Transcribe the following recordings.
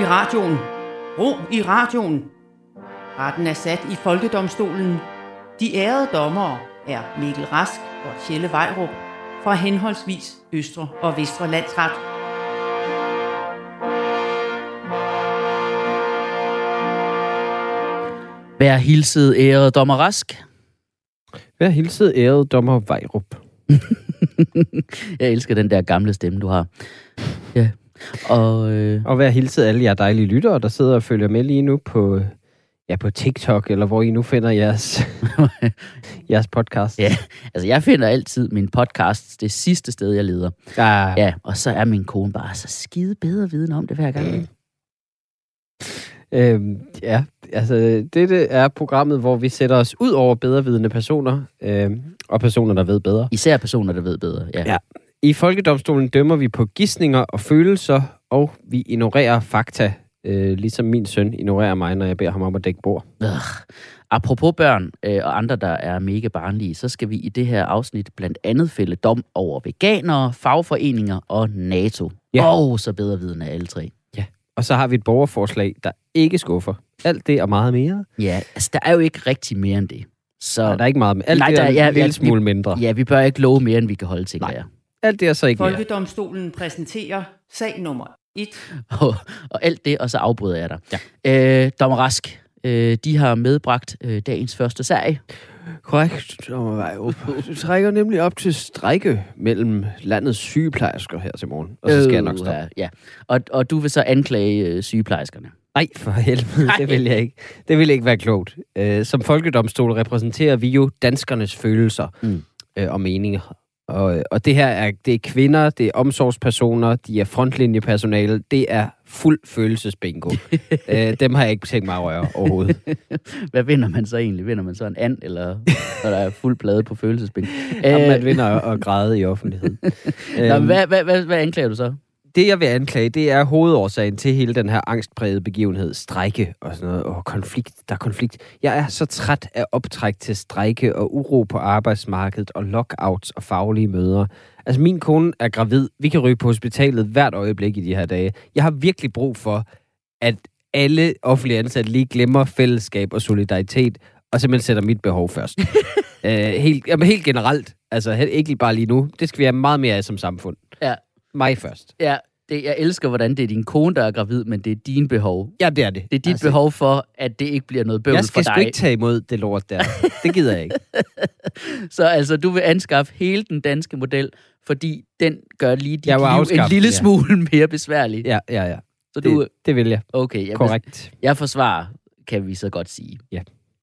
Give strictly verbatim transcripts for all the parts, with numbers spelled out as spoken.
radioen. Ro i radioen. Retten er sat i Folkedomstolen. De ærede dommere er Mikkel Rask og Tjelle Vejrup fra henholdsvis Østre og Vestre Landsret. Vær hilset, ærede dommer Rask. Vær hilset, ærede dommer Vejrup. Jeg elsker den der gamle stemme, du har. Ja. Og, øh... og vær hilset alle jer dejlige lyttere, der sidder og følger med lige nu på, ja, på TikTok, eller hvor I nu finder jeres, jeres podcast. Ja, altså jeg finder altid min podcast det sidste sted, jeg leder. Ja. Ja, og så er min kone bare så skide bedre viden om det hver gang. Mm. Øhm, ja, altså dette er programmet, hvor vi sætter os ud over bedrevidende personer, øhm, og personer, der ved bedre. Især personer, der ved bedre, ja. ja. I Folkedomstolen dømmer vi på gisninger og følelser, og vi ignorerer fakta, øh, ligesom min søn ignorerer mig, når jeg beder ham om at dække bord. Øh. Apropos børn øh, og andre, der er mega barnlige, så skal vi i det her afsnit blandt andet fælde dom over veganere, fagforeninger og NATO. Ja. Og så bedrevidende af alle tre. Ja. Og så har vi et borgerforslag, der ikke skuffer. Alt det og meget mere. Ja, altså der er jo ikke rigtig mere end det. Så... Nej, der er ikke meget mere. Alt Nej, det er der, en ja, lille ja, smule vi, mindre. Ja, vi bør ikke love mere, end vi kan holde til. Nej. Alt det er så ikke mere. Folkedomstolen præsenterer sag nummer et. Og, og alt det, og så afbryder jeg dig. Ja. Øh, dommer Rask, øh, de har medbragt øh, dagens første sag. Korrekt, dommer Vejrup. Du trækker nemlig op til strejke mellem landets sygeplejersker her til morgen. Og så skal øh, jeg nok stoppe. Ja, ja. Og, og du vil så anklage øh, sygeplejerskerne? Nej, for helvede, Nej. det vil jeg ikke. Det vil ikke være klogt. Øh, som folkedomstol repræsenterer vi jo danskernes følelser mm. øh, og meninger. Og, og det her er, det er kvinder, det er omsorgspersoner, de er frontlinjepersonale, det er fuld følelsesbingo. øh, dem har jeg ikke tænkt mig at røre overhovedet. Hvad vinder man så egentlig? Vinder man så en and, eller når der er fuld plade på følelsesbingo? Jamen, man vinder og græde i offentligheden. Nå, hvad, hvad, hvad, hvad anklager du så? Det, jeg vil anklage, det er hovedårsagen til hele den her angstprægede begivenhed. Strejke og sådan noget, og konflikt. Der er konflikt. Jeg er så træt af optræk til strejke og uro på arbejdsmarkedet og lockouts og faglige møder. Altså, min kone er gravid. Vi kan ryge på hospitalet hvert øjeblik i de her dage. Jeg har virkelig brug for, at alle offentlige ansatte lige glemmer fællesskab og solidaritet, og simpelthen sætter mit behov først. uh, helt, jamen, helt generelt. Altså, ikke bare lige nu. Det skal vi have meget mere af som samfund. Ja. Mig først. Ja, det, jeg elsker, hvordan det er din kone, der er gravid, men det er dine behov. Ja, det er det. Det er dit altså, behov for, at det ikke bliver noget bøvl for dig. Jeg skal sgu ikke tage imod det lort der. Det gider jeg ikke. Så altså, du vil anskaffe hele den danske model, fordi den gør lige dit liv en lille ja. smule mere besværlig. Ja, ja, ja. Så det, du, det vil jeg. Okay, jeg, korrekt. Jeg forsvarer, kan vi så godt sige. Ja.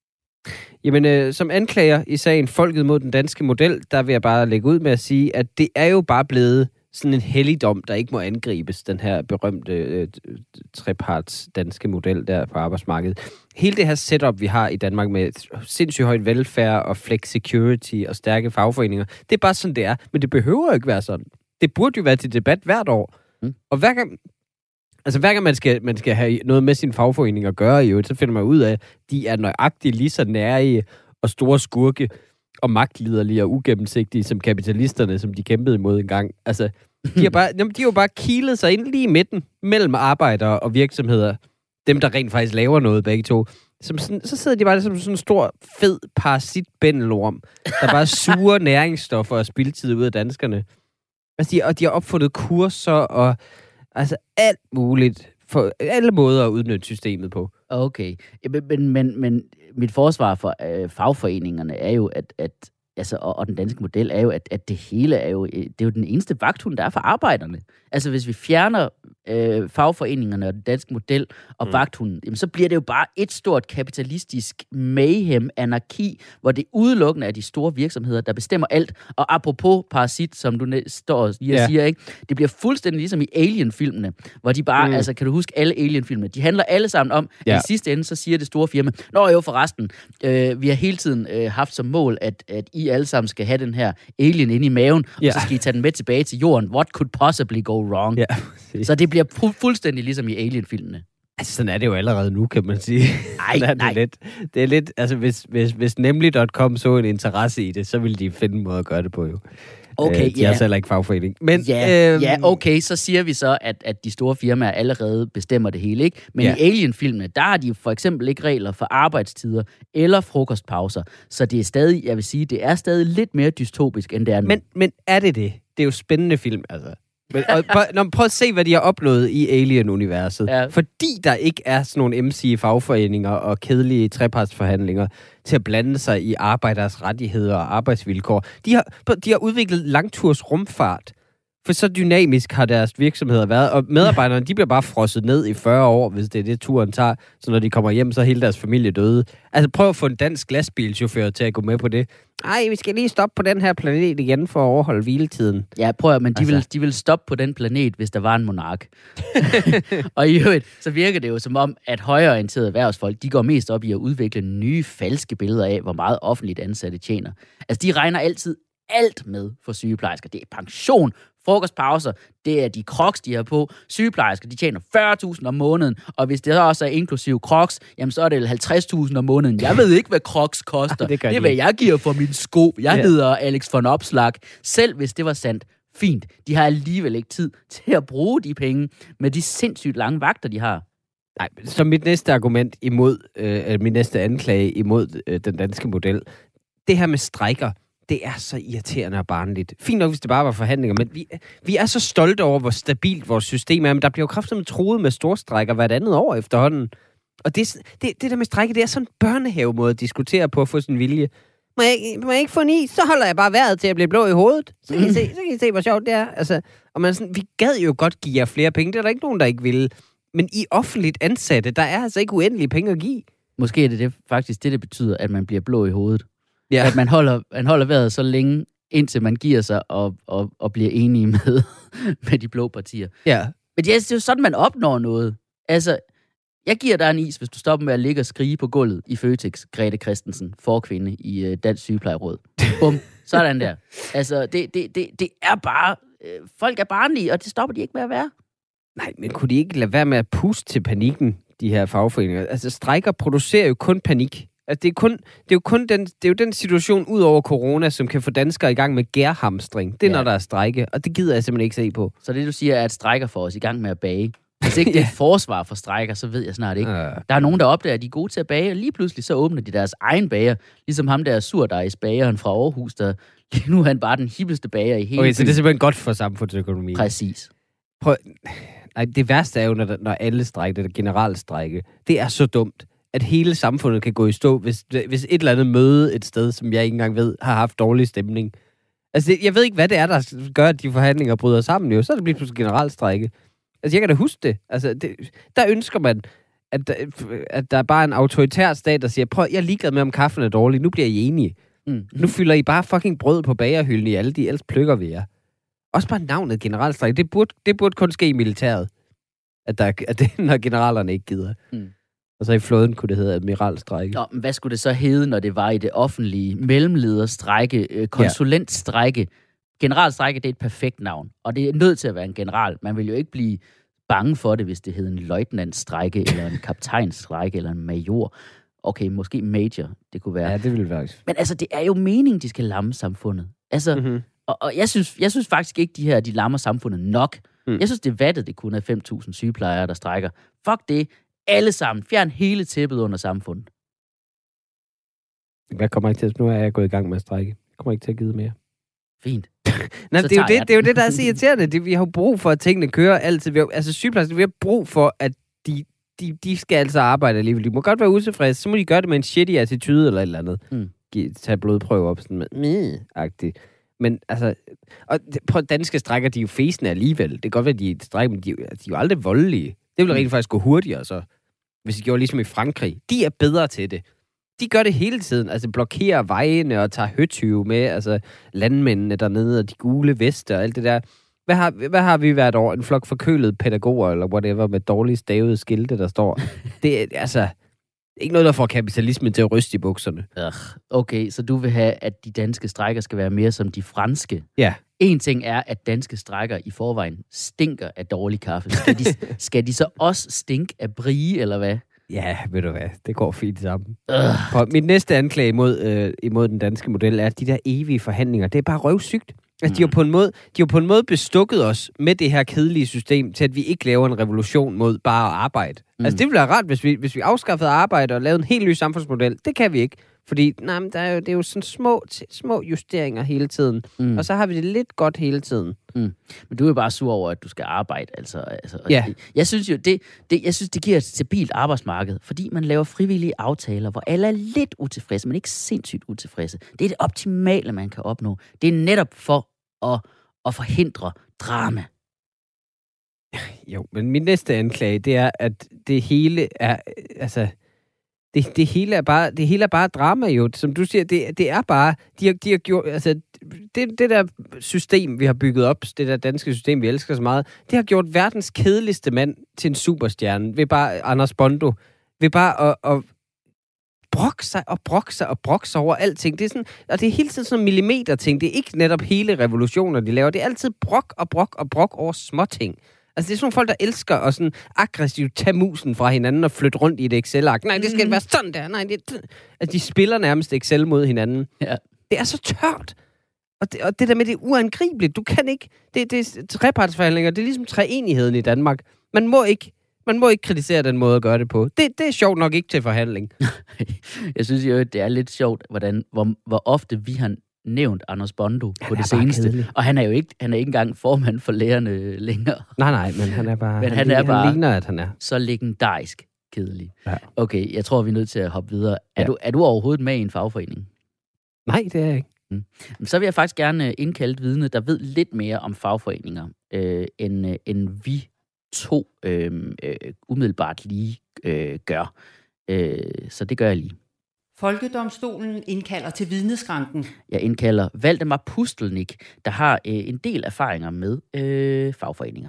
Jamen, øh, som anklager i sagen Folket mod den danske model, der vil jeg bare lægge ud med at sige, at det er jo bare blevet sådan en helligdom, der ikke må angribes, den her berømte øh, treparts danske model der på arbejdsmarkedet. Hele det her setup, vi har i Danmark med sindssygt højt velfærd og flex security og stærke fagforeninger, det er bare sådan, det er. Men det behøver jo ikke være sådan. Det burde jo være til debat hvert år. Mm. Og hver gang, altså hver gang man skal, man skal have noget med sin fagforening at gøre, jo, så finder man ud af, at de er nøjagtigt lige så nære og store skurke og magtliderlige og ugennemsigtige som kapitalisterne, som de kæmpede imod engang. Altså, de har, bare, de har jo bare kilet sig ind lige i midten mellem arbejdere og virksomheder. Dem, der rent faktisk laver noget, begge to. Som sådan, så sidder de bare som sådan en stor, fed parasit-bændelorm, der bare suger næringsstoffer og spildtid ud af danskerne. Altså, de, og de har opfundet kurser og altså alt muligt. For alle måder at udnytte systemet på. Okay. Men, men, men mit forsvar for øh, fagforeningerne er jo, at, at altså, og, og den danske model er jo, at, at det hele er jo, det er jo den eneste vagthund, der er for arbejderne. Altså, hvis vi fjerner øh, fagforeningerne og den danske model og mm. vagthunden, jamen, så bliver det jo bare et stort kapitalistisk mayhem, anarki, hvor det udelukkende er de store virksomheder, der bestemmer alt. Og apropos parasit, som du står og yeah. siger, ikke? Det bliver fuldstændig ligesom i Alien-filmene, hvor de bare, mm. altså, kan du huske alle Alien-filmene? De handler alle sammen om, yeah. at i sidste ende, så siger det store firma, nå jo, forresten, øh, vi har hele tiden øh, haft som mål, at, at I alle sammen skal have den her alien inde i maven, yeah. og så skal I tage den med tilbage til jorden. What could possibly go wrong? Yeah. Så det bliver fu- fuldstændig ligesom i Alien-filmene. Altså, sådan er det jo allerede nu, kan man sige. Nej, nej. Det, lidt, det er lidt, altså, hvis, hvis, hvis nemlig punktum com så en interesse i det, så ville de finde en måde at gøre det på, jo. Okay, øh, de ja. er selv ikke fagforening. Men, Ja, øhm, ja, okay, så siger vi så, at, at de store firmaer allerede bestemmer det hele, ikke? Men Ja. i Alien-filmene, der har de for eksempel ikke regler for arbejdstider eller frokostpauser. Så det er stadig, jeg vil sige, det er stadig lidt mere dystopisk, end det er nu. Men, men er det det? Det er jo spændende film, altså. Men, og, prøv, når, prøv at se, hvad de har opnået i Alien-universet. Ja. Fordi der ikke er sådan nogle M C-fagforeninger og kedelige trepartsforhandlinger til at blande sig i arbejderes rettigheder og arbejdsvilkår. De har, de har udviklet langturs rumfart. For så dynamisk har deres virksomheder været, og medarbejderne, de bliver bare frosset ned i fyrre år, hvis det er det, turen tager. Så når de kommer hjem, så er hele deres familie døde. Altså prøv at få en dansk lastbilchauffør til at gå med på det. Ej, vi skal lige stoppe på den her planet igen for at overholde hviletiden. Ja, prøv at, men de, Altså. vil, de vil stoppe på den planet, hvis der var en monark. Og i øvrigt, så virker det jo som om, at højreorienterede erhvervsfolk, de går mest op i at udvikle nye falske billeder af, hvor meget offentligt ansatte tjener. Altså, de regner altid alt med for sygeplejersker. Det er pension, frokostpauser, det er de crocs, de har på. Sygeplejersker, de tjener fyrre tusind om måneden, og hvis det så også er inklusiv crocs, jamen så er det halvtreds tusind om måneden. Jeg ved ikke, hvad crocs koster. Det gør det er, de hvad ikke. jeg giver for min sko. Jeg Ja. hedder Alex von Opslag. Selv hvis det var sandt, fint. De har alligevel ikke tid til at bruge de penge med de sindssygt lange vagter, de har. Nej, så mit næste argument imod, øh, min næste anklage imod øh, den danske model, det her med strejker, det er så irriterende og barnligt. Fint nok, hvis det bare var forhandlinger, men vi, vi er så stolte over, hvor stabilt vores system er, men der bliver jo kraftigt truet med storstrejker hvert andet år efterhånden. Og det, det, det der med strejke, det er sådan en børnehavemåde at diskutere på at få sin vilje. Må jeg, må jeg ikke få en is, så holder jeg bare vejret til at blive blå i hovedet. Så kan I se, så kan I se hvor sjovt det er. Altså, og man er sådan, vi gad jo godt give jer flere penge, det er der ikke nogen, der ikke vil. Men i offentligt ansatte, der er altså ikke uendelige penge at give. Måske er det, det faktisk det, det betyder, at man bliver blå i hovedet. Ja. At man holder, man holder vejret så længe, indtil man giver sig og, og, og bliver enige med, med de blå partier. Ja. Men det er, det er jo sådan, man opnår noget. Altså, jeg giver dig en is, hvis du stopper med at ligge og skrige på gulvet i Føtex, Grete Christensen, forkvinde i uh, Dansk Sygeplejeråd. Bum, sådan der. Altså, det, det, det, det er bare... Øh, folk er barnlige, og det stopper de ikke med at være. Nej, men kunne de ikke lade være med at puste til panikken, de her fagforeninger? Altså, strejker producerer jo kun panik. Altså, det er, kun, det er jo kun den, det er jo den situation ud over corona, som kan få danskere i gang med gærhamstring. Det er, Ja. når der er strejke, og det gider jeg simpelthen ikke se på. Så det, du siger, er, at strækker for os i gang med at bage. Hvis ikke det er et forsvar for strækker, så ved jeg snart ikke. Uh. Der er nogen, der opdager, at de er gode til at bage, og lige pludselig så åbner de deres egen bager. Ligesom ham der surdejsbageren fra Aarhus, der lige nu er han bare den hippeste bager i hele Okay, så det er byen. simpelthen godt for samfundsøkonomien. Præcis. Prøv, nej, det værste er jo, når, der- når alle strækker, det generalstrække. Det er så dumt, at hele samfundet kan gå i stå, hvis, hvis et eller andet møde et sted, som jeg ikke engang ved, har haft dårlig stemning. Altså, det, jeg ved ikke, hvad det er, der gør, at de forhandlinger bryder sammen jo. Så er det bliver pludselig generalstrække. Altså, jeg kan da huske det. Altså, det, der ønsker man, at, der- at der er bare en autoritær stat, der siger, prøv, jeg er ligeglad med, om kaffen er dårlig. Nu bliver I enige. Mm. Nu fylder I bare fucking brød på bagerhylden i alle de, ellers plukker vi jer. Også bare navnet generalstrække. Det burde, det burde kun ske i militæret. At, der, at det, når generalerne ikke gider. Mm. Og så i flåden kunne det hedde admiralstrække. Nå, men hvad skulle det så hedde, når det var i det offentlige? Mellemlederstrække, øh, konsulentstrække. Generalstrække, det er et perfekt navn. Og det er nødt til at være en general. Man vil jo ikke blive bange for det, hvis det hed en løjtnantstrække, eller en kaptajnstrække, eller en major. Okay, måske major, det kunne være. Ja, det ville være. Men altså, det er jo meningen, de skal lamme samfundet. Altså, Mm-hmm. og, og jeg, synes, jeg synes faktisk ikke, de her, de lammer samfundet nok. Mm. Jeg synes, det er vattet, det kun er fem tusind sygeplejere, der strækker. Fuck det. Alle sammen. Fjern hele tæppet under samfundet. Hvad kommer ikke til at... Nu er jeg gået i gang med at strække. Jeg kommer ikke til at give mere. Fint. Nej, Så det er, jo tager jeg det, det er jo det, der er så irriterende. Det, vi har jo brug for, at tingene kører altid. Vi har, altså sygeplejersker, vi har brug for, at de, de, de skal altså arbejde alligevel. De må godt være utilfredse. Så må de gøre det med en shitty attitude eller et eller andet. Mm. Give, tage blodprøver op sådan med agtigt. Men altså, og prøv, danske strækker, de er jo fæsende alligevel. Det kan godt være, at de er strækker, men de, de er jo aldrig voldelige. Det vil rent faktisk gå hurtigere, så, hvis de gjorde ligesom i Frankrig. De er bedre til det. De gør det hele tiden. Altså blokerer vejene og tager høtyve med. Altså landmændene dernede og de gule veste og alt det der. Hvad har, hvad har vi hvert år? En flok forkølede pædagoger eller whatever med dårligt stavede skilte, der står. Det er altså ikke noget, der får kapitalismen til at ryste i bukserne. Ugh. Okay, så du vil have, at de danske strækker skal være mere som de franske. Ja. En ting er, at danske strækker i forvejen stinker af dårlig kaffe. Skal de, skal de så også stinke af brie, eller hvad? Ja, ved du hvad, det går fint sammen. Ugh. For mit næste anklage imod, øh, imod den danske model er, at de der evige forhandlinger, det er bare røvsygt. Altså, de har på en måde, de har på en måde bestukket os med det her kedelige system, til at vi ikke laver en revolution mod bare at arbejde. Mm. Altså, det ville være rart, hvis vi, hvis vi afskaffede arbejde og lavede en helt ny samfundsmodel. Det kan vi ikke. Fordi nej, men der er jo, det er jo sådan små, små justeringer hele tiden. Mm. Og så har vi det lidt godt hele tiden. Mm. Men du er jo bare sur over, at du skal arbejde. Altså, altså, ja. det, jeg synes jo, det, det, jeg synes, det giver et stabilt arbejdsmarked, fordi man laver frivillige aftaler, hvor alle er lidt utilfredse, men ikke sindssygt utilfredse. Det er det optimale, man kan opnå. Det er netop for at, at forhindre drama. Jo, men min næste anklage, det er, at det hele er, altså... Det, det, hele er bare, det hele er bare drama, jo. Som du siger, det, det er bare... De har, de har gjort, altså, det, det der system, vi har bygget op, det der danske system, vi elsker så meget, det har gjort verdens kedeligste mand til en superstjerne. Ved bare, Anders Bondo, ved bare at, at brokke sig og brokke sig og brokke sig over alting. Det er sådan, og det er hele tiden sådan en millimeter-ting. Det er ikke netop hele revolutioner, de laver. Det er altid brok og brok og brok over småting. Altså, det er sådan nogle folk, der elsker at sådan aggressivt tage musen fra hinanden og flytte rundt i et Excel-ark. Nej, det skal mm. være sådan der. Nej, det, altså, de spiller nærmest Excel mod hinanden. Ja. Det er så tørt. Og det, og det der med det er uangribeligt. Du kan ikke... Det, det er trepartsforhandlinger. Det er ligesom treenigheden i Danmark. Man må ikke, man må ikke kritisere den måde at gøre det på. Det, det er sjovt nok ikke til forhandling. Jeg synes jo, det er lidt sjovt, hvordan, hvor, hvor ofte vi har nævnt Anders Bondo på det seneste. Kedelig. Og han er jo ikke, han er ikke engang formand for lærerne længere. Nej, nej, men han er bare... Men han, han, er han bare ligner, at han er. Så legendarisk kedelig. Ja. Okay, jeg tror, vi er nødt til at hoppe videre. Er, ja. du, er du overhovedet med i en fagforening? Nej, det er jeg ikke. Mm. Så vil jeg faktisk gerne indkalde et vidne, der ved lidt mere om fagforeninger, øh, end, øh, end vi to øh, øh, umiddelbart lige øh, gør. Øh, så det gør jeg lige. Folkedomstolen indkalder til vidneskranken. Jeg indkalder Valdemar Pustelnik, der har øh, en del erfaringer med øh, fagforeninger.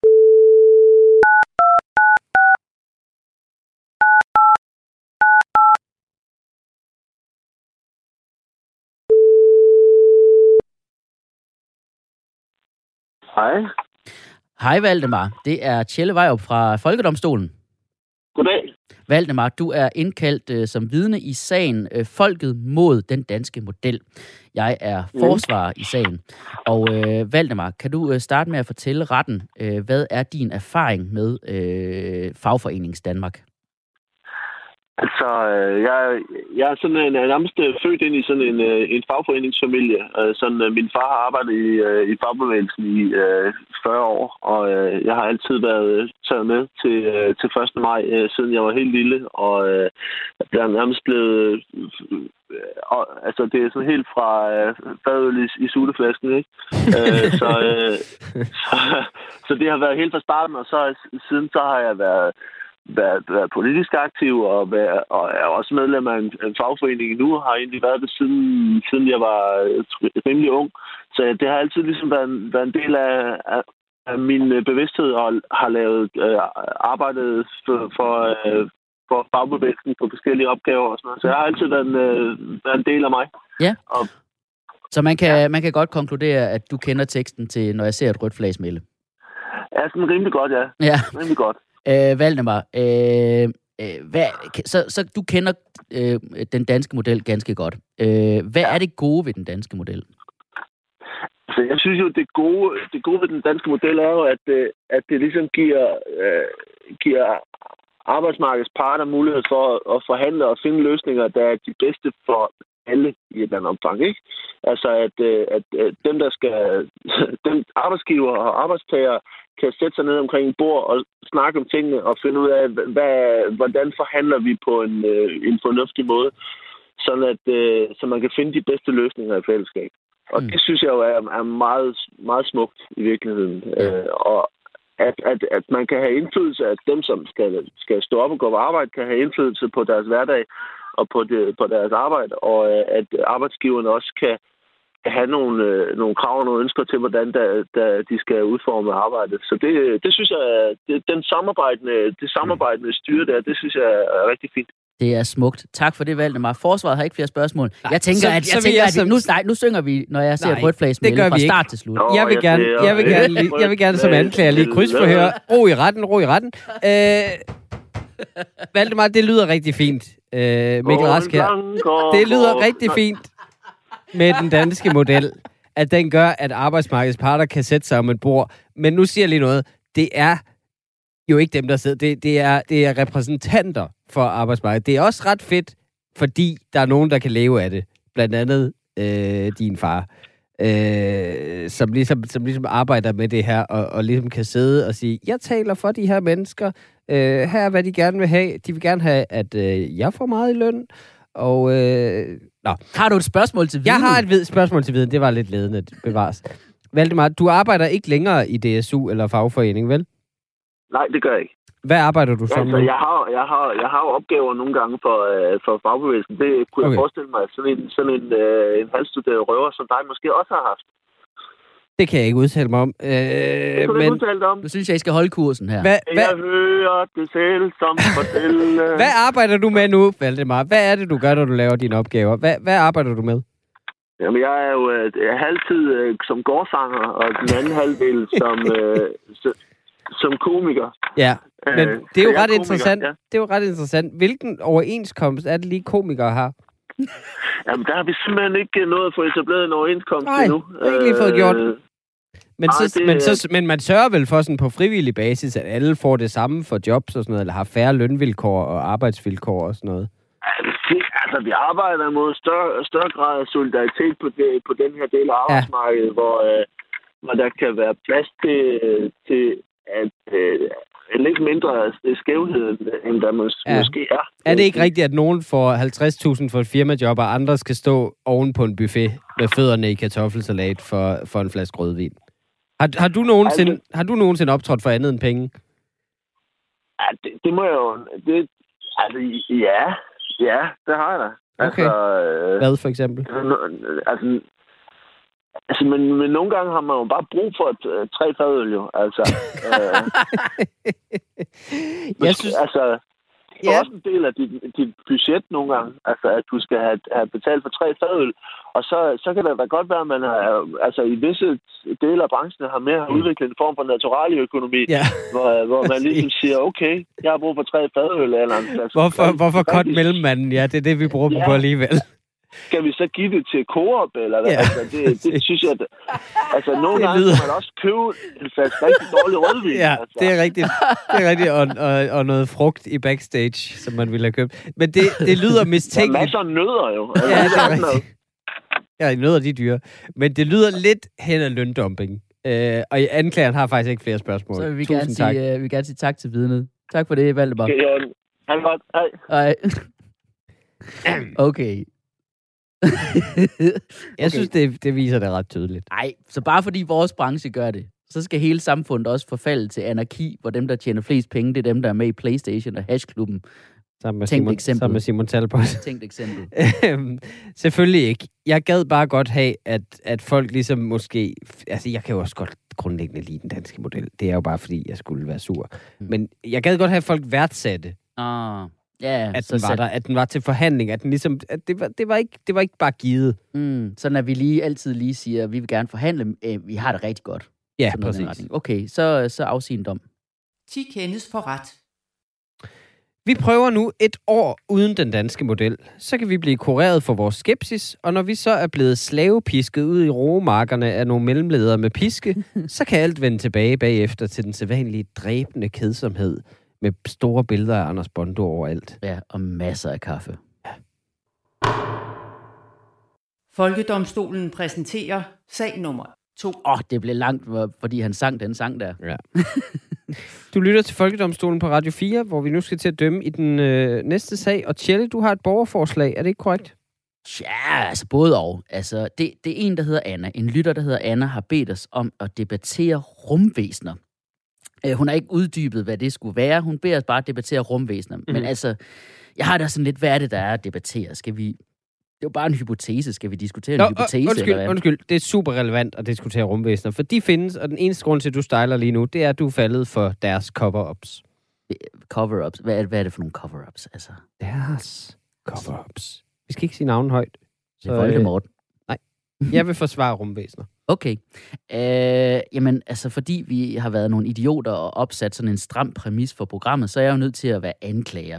Hej. Hej Valdemar, det er Tjelle Vejrup fra Folkedomstolen. Goddag. Valdemar, du er indkaldt øh, som vidne i sagen øh, Folket mod den danske model. Jeg er forsvarer mm. i sagen. Og øh, Valdemar, kan du øh, starte med at fortælle retten, øh, hvad er din erfaring med øh, Fagforenings Danmark? Altså, jeg, jeg er sådan en, nærmest født ind i sådan en, en fagforeningsfamilie. Sådan, min far har arbejdet i, i fagbevægelsen i fyrre år, og jeg har altid været taget med til, til første maj, siden jeg var helt lille, og jeg er nærmest blevet... Og, altså, det er sådan helt fra fadøl i, i suleflasken, ikke? så, så, så det har været helt fra starten, og så siden så har jeg været... Været, været politisk aktiv og, være, og er også medlem af en, en fagforening nu, har egentlig været det siden, siden jeg var rimelig ung. Så det har altid ligesom været en, været en del af, af, af min bevidsthed og har lavet øh, arbejdet for, for, øh, for fagbevægelsen på forskellige opgaver og sådan noget. Så jeg har altid været en, øh, været en del af mig. Ja. Og, Så man kan, ja. man kan godt konkludere, at du kender teksten til, når jeg ser et rødt flag smelle? Ja, sådan rimelig godt, ja. Ja. Rimelig godt. Øh, Valdemar, øh, øh, hvad, så, så du kender øh, den danske model ganske godt. Øh, hvad er det gode ved den danske model? Så jeg synes jo, det gode, det gode ved den danske model er jo, at, at det ligesom giver, øh, giver arbejdsmarkedets parter mulighed for at, at forhandle og finde løsninger, der er de bedste for alle i et eller andet omfang, ikke? Altså, at, at, at dem, der skal... dem arbejdsgiver og arbejdstagere kan sætte sig ned omkring et bord og snakke om tingene og finde ud af, hvad, hvordan forhandler vi på en, en fornuftig måde, sådan at så man kan finde de bedste løsninger i fællesskab. Og mm. det synes jeg jo er, er meget, meget smukt i virkeligheden. Mm. Øh, og at, at, at man kan have indflydelse, at dem, som skal, skal stå op og gå på arbejde, kan have indflydelse på deres hverdag og på, det, på deres arbejde, og at arbejdsgiverne også kan have nogle, øh, nogle krav og nogle ønsker til, hvordan der, der, de skal udforme arbejdet. Så det, det synes jeg, det, den samarbejdende, det samarbejdende styre der, det synes jeg er rigtig fint. Det er smukt. Tak for det, Valdemar. Forsvaret har ikke flere spørgsmål. Nej, jeg tænker, så, at, jeg så tænker, jeg, at vi, nu, nej, nu synger vi, når jeg ser rødt flag smelle fra start til slut. Nå, jeg vil gerne, jeg, jeg vil gerne, lige, jeg vil gerne som anklager lige krydsforhøre. Ro i retten, ro i retten. Øh, Valdemar, det lyder rigtig fint. Øh, Mikkel Rask her. Det lyder rigtig fint med den danske model. at den gør, at arbejdsmarkedets parter kan sætte sig om et bord. Men nu siger jeg lige noget. Det er jo ikke dem, der sidder. Det, det, er, det er repræsentanter for arbejdsmarkedet. Det er også ret fedt, fordi der er nogen, der kan leve af det. Blandt andet øh, din far, øh, som, ligesom, som ligesom arbejder med det her, og, og ligesom kan sidde og sige, jeg taler for de her mennesker. Øh, her er, hvad de gerne vil have. De vil gerne have, at øh, jeg får meget i løn. Og, øh, nå. Har du et spørgsmål til viden? Jeg har et vid- spørgsmål til viden. Det var lidt ledende, bevares. Valdemar, du arbejder ikke længere i D S U eller fagforening, vel? Nej, det gør jeg ikke. Hvad arbejder du som altså, nu? jeg har, jeg har, jeg har opgaver nogle gange for, øh, for fagbevægelsen. Det kunne okay. jeg forestille mig, at sådan en, sådan en, øh, en halvstuderet røver som dig måske også har haft. Det kan jeg ikke udtale mig om. Øh, det kan men... du udtale dig om. Nu synes jeg, I skal holde kursen her. Hvad, hvad... Jeg hører det selv som fortælle. Hvad arbejder du med nu, Valdemar? Hvad er det, du gør, når du laver dine opgaver? Hvad, hvad arbejder du med? Jamen, jeg er jo øh, halvtid øh, som gårdsanger, og den anden halvdel som, øh, s- som komiker. Ja, men Øh, det er jo så jeg ret er interessant. komiker, ja. Det er jo ret interessant. Hvilken overenskomst er det lige komikere har? Jamen, der har vi simpelthen ikke nået at få etableret en overenskomst Nej, endnu. det er ikke lige fået gjort. Øh, Men, Ej, så, det- men, så, men man sørger vel for sådan på frivillig basis, at alle får det samme for jobs og sådan noget, eller har færre lønvilkår og arbejdsvilkår og sådan noget. Altså, vi arbejder mod større, større grad af solidaritet på, det, på den her del af arbejdsmarkedet, ja. hvor, øh, hvor der kan være plads til, til at øh, lidt mindre skævhed, end der mås- Ja. måske er. Er det ikke rigtigt, at nogen får halvtreds tusind for et firmajob, og andre skal stå oven på en buffet med fødderne i kartoffelsalat for, for en flaske rødvin? Har, har, du nogensinde, Altså- har du nogensinde optrådt for andet end penge? Ja, det, det må jeg jo... Det, altså, ja. Ja, det har jeg da. Okay. Altså, øh, Hvad for eksempel? altså, altså men, men nogle gange har man jo bare brug for et, øh, tre fadøl, jo. Altså, øh, Jeg synes... altså, det er Ja. også en del af dit, dit budget nogle gange. Altså, at du skal have, have betalt for tre fadøl. Og så, så kan det da godt være, at man har, altså, i visse dele af branchen har mere udviklet en form for naturalieøkonomi, Ja. hvor, hvor man ligesom siger, okay, jeg har brug for tre fadøl. Eller en slags, Hvorfor, hvorfor kort mellemmanden? Ja, det er det, vi bruger dem Ja. på alligevel. Skal vi så give det til Coop, eller hvad? Ja. Altså, det, det synes jeg... At, altså, nogle Det gange lyder- kan man også købe en flaske rigtig dårlig rødvin. Ja, altså. det er rigtigt. Det er rigtigt, og, og, og noget frugt i backstage, som man ville have købt. Men det, det lyder Der er mistænkeligt. masser af nødder, jo. Altså, Ja, det er sådan noget. rigtigt. Ja, i nødder de er dyre. Men det lyder lidt hen ad løndumping. Øh, og anklageren har faktisk ikke flere spørgsmål. Så vil vi Tusind gerne tak. sige, uh, vi vil gerne sige tak til vidnet. Tak for det, Valdemar. Okay, Jørgen. Ha' det godt. Hej. Ej. Okay. Jeg synes, det, det viser det ret tydeligt. Nej, så bare fordi vores branche gør det, så skal hele samfundet også forfalde til anarki, hvor dem, der tjener flest penge, det er dem, der er med i PlayStation og Hashklubben. Sammen med, Tænk et Simon, eksempel. sammen med Simon Talbot. Tænkt eksempel. Øhm, Selvfølgelig ikke. Jeg gad bare godt have, at, at folk ligesom måske... Altså, jeg kan jo også godt grundlæggende lide den danske model. Det er jo bare, fordi jeg skulle være sur. Mm. Men jeg gad godt have, at folk værdsatte, Ah, ja, at så den var sat- der, at den var til forhandling, at den ligesom... At det, var, det, var ikke, det var ikke bare givet. Mm, sådan at vi lige altid lige siger, at vi vil gerne forhandle, øh, vi har det rigtig godt. Ja, Sådan noget i den præcis. retning. Okay, så, så afsig en dom. ti kendes for ret. Vi prøver nu et år uden den danske model. Så kan vi blive kureret for vores skepsis, og når vi så er blevet slavepisket ud i roemarkerne af nogle mellemledere med piske, så kan alt vende tilbage bagefter til den sædvanlige dræbende kedsomhed med store billeder af Anders Bondo overalt. Ja, og masser af kaffe. Folkedomstolen præsenterer sag nummer to. Åh, oh, det blev langt, hvor- fordi han sang den sang der. Ja. Du lytter til Folkedomstolen på Radio fire, hvor vi nu skal til at dømme i den øh, næste sag. Og Tjelle, du har et borgerforslag. Er det ikke korrekt? Ja, altså både og. Altså, det, det er en, der hedder Anna. En lytter, der hedder Anna, har bedt os om at debattere rumvæsener. Øh, hun har ikke uddybet, hvad det skulle være. Hun beder os bare at debattere rumvæsener. Mm. Men altså, jeg har da sådan lidt, hvad er det, der er at debattere? Skal vi... Det er jo bare en hypotese. Skal vi diskutere en Nå, hypotese, undskyld, eller hvad? undskyld. Det er super relevant at diskutere rumvæsener, for de findes, og den eneste grund til, at du stejler lige nu, det er, at du er faldet for deres cover-ups. Cover-ups. Hvad er, hvad er det for nogle cover-ups? Altså, Deres cover-ups. Vi skal ikke sige navnet højt. det er Voldemort. Jeg vil forsvare rumvæsener. Okay. Øh, jamen, altså, fordi vi har været nogle idioter og opsat sådan en stram præmis for programmet, så er jeg jo nødt til at være anklager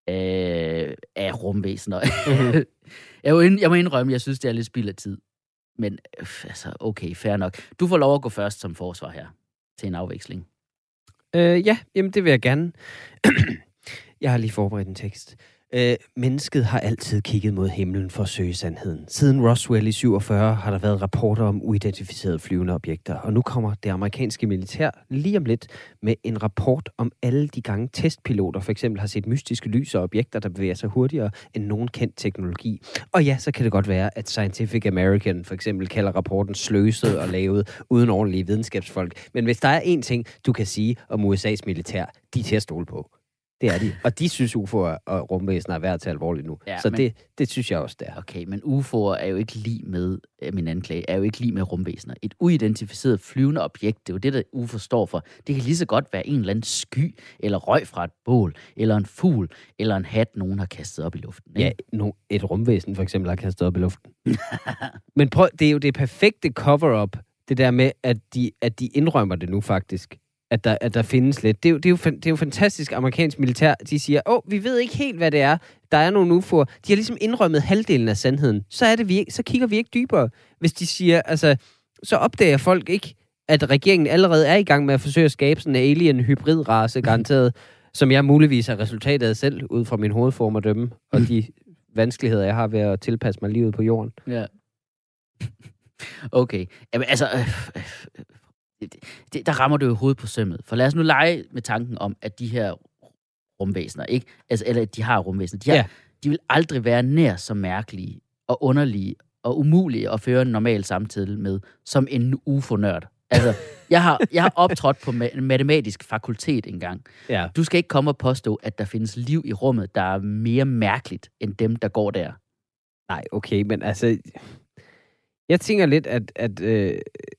øh, af rumvæsener. Mm-hmm. jeg, må ind, jeg må indrømme, jeg synes, det er lidt spild af tid. men øh, altså, okay, fair nok. Du får lov at gå først som forsvar her til en afveksling. Øh, ja, jamen det vil jeg gerne. Jeg har lige forberedt en tekst. Øh, mennesket har altid kigget mod himlen for at søge sandheden. Siden Roswell i syvogfyrre har der været rapporter om uidentificerede flyvende objekter, og nu kommer det amerikanske militær lige om lidt med en rapport om alle de gange testpiloter for eksempel har set mystiske lys og objekter, der bevæger sig hurtigere end nogen kendt teknologi. Og ja, så kan det godt være, at Scientific American for eksempel kalder rapporten sløset og lavet uden ordentlige videnskabsfolk. Men hvis der er én ting, du kan sige om U S A's militær, de er til at stole på. Det er de. Og de synes, U F O'er og rumvæsener er værd til alvorligt nu. Ja, så men, det, det synes jeg også, det er. Okay, men U F O'er er jo ikke lige med, min anklage, er jo ikke lige med rumvæsener. Et uidentificeret flyvende objekt, det er jo det, der U F O står for. Det kan lige så godt være en eller anden sky, eller røg fra et bål, eller en fugl, eller en hat, nogen har kastet op i luften. Ikke? Ja, no, et rumvæsen for eksempel har kastet op i luften. Men prøv, det er jo det perfekte cover-up, det der med, at de, at de indrømmer det nu faktisk. At der, at der findes lidt. Det er, jo, det, er jo, det er jo fantastisk amerikansk militær. De siger, åh, vi ved ikke helt, hvad det er. Der er nogle U F O'er. De har ligesom indrømmet halvdelen af sandheden. Så, er det, vi, så kigger vi ikke dybere. Hvis de siger, altså, så opdager folk ikke, at regeringen allerede er i gang med at forsøge at skabe sådan en alien-hybrid-race, garanteret, som jeg muligvis har resultatet af selv, ud fra min hovedform at dømme, og de vanskeligheder, jeg har ved at tilpasse mig livet på jorden. Ja. Okay. Jamen, altså... Øh, øh, Det, det, der rammer du jo hovedet på sømmet. For lad os nu lege med tanken om, at de her rumvæsener, ikke? Altså, eller de har rumvæsener, de, har, ja. de vil aldrig være nær så mærkelige og underlige og umulige at føre en normal samtale med, som en U F O-nørd. Altså, jeg har, jeg har optrådt på ma- matematisk fakultet engang. Ja. Du skal ikke komme og påstå, at der findes liv i rummet, der er mere mærkeligt end dem, der går der. Nej, okay, men altså... Jeg tænker lidt, at, at, øh,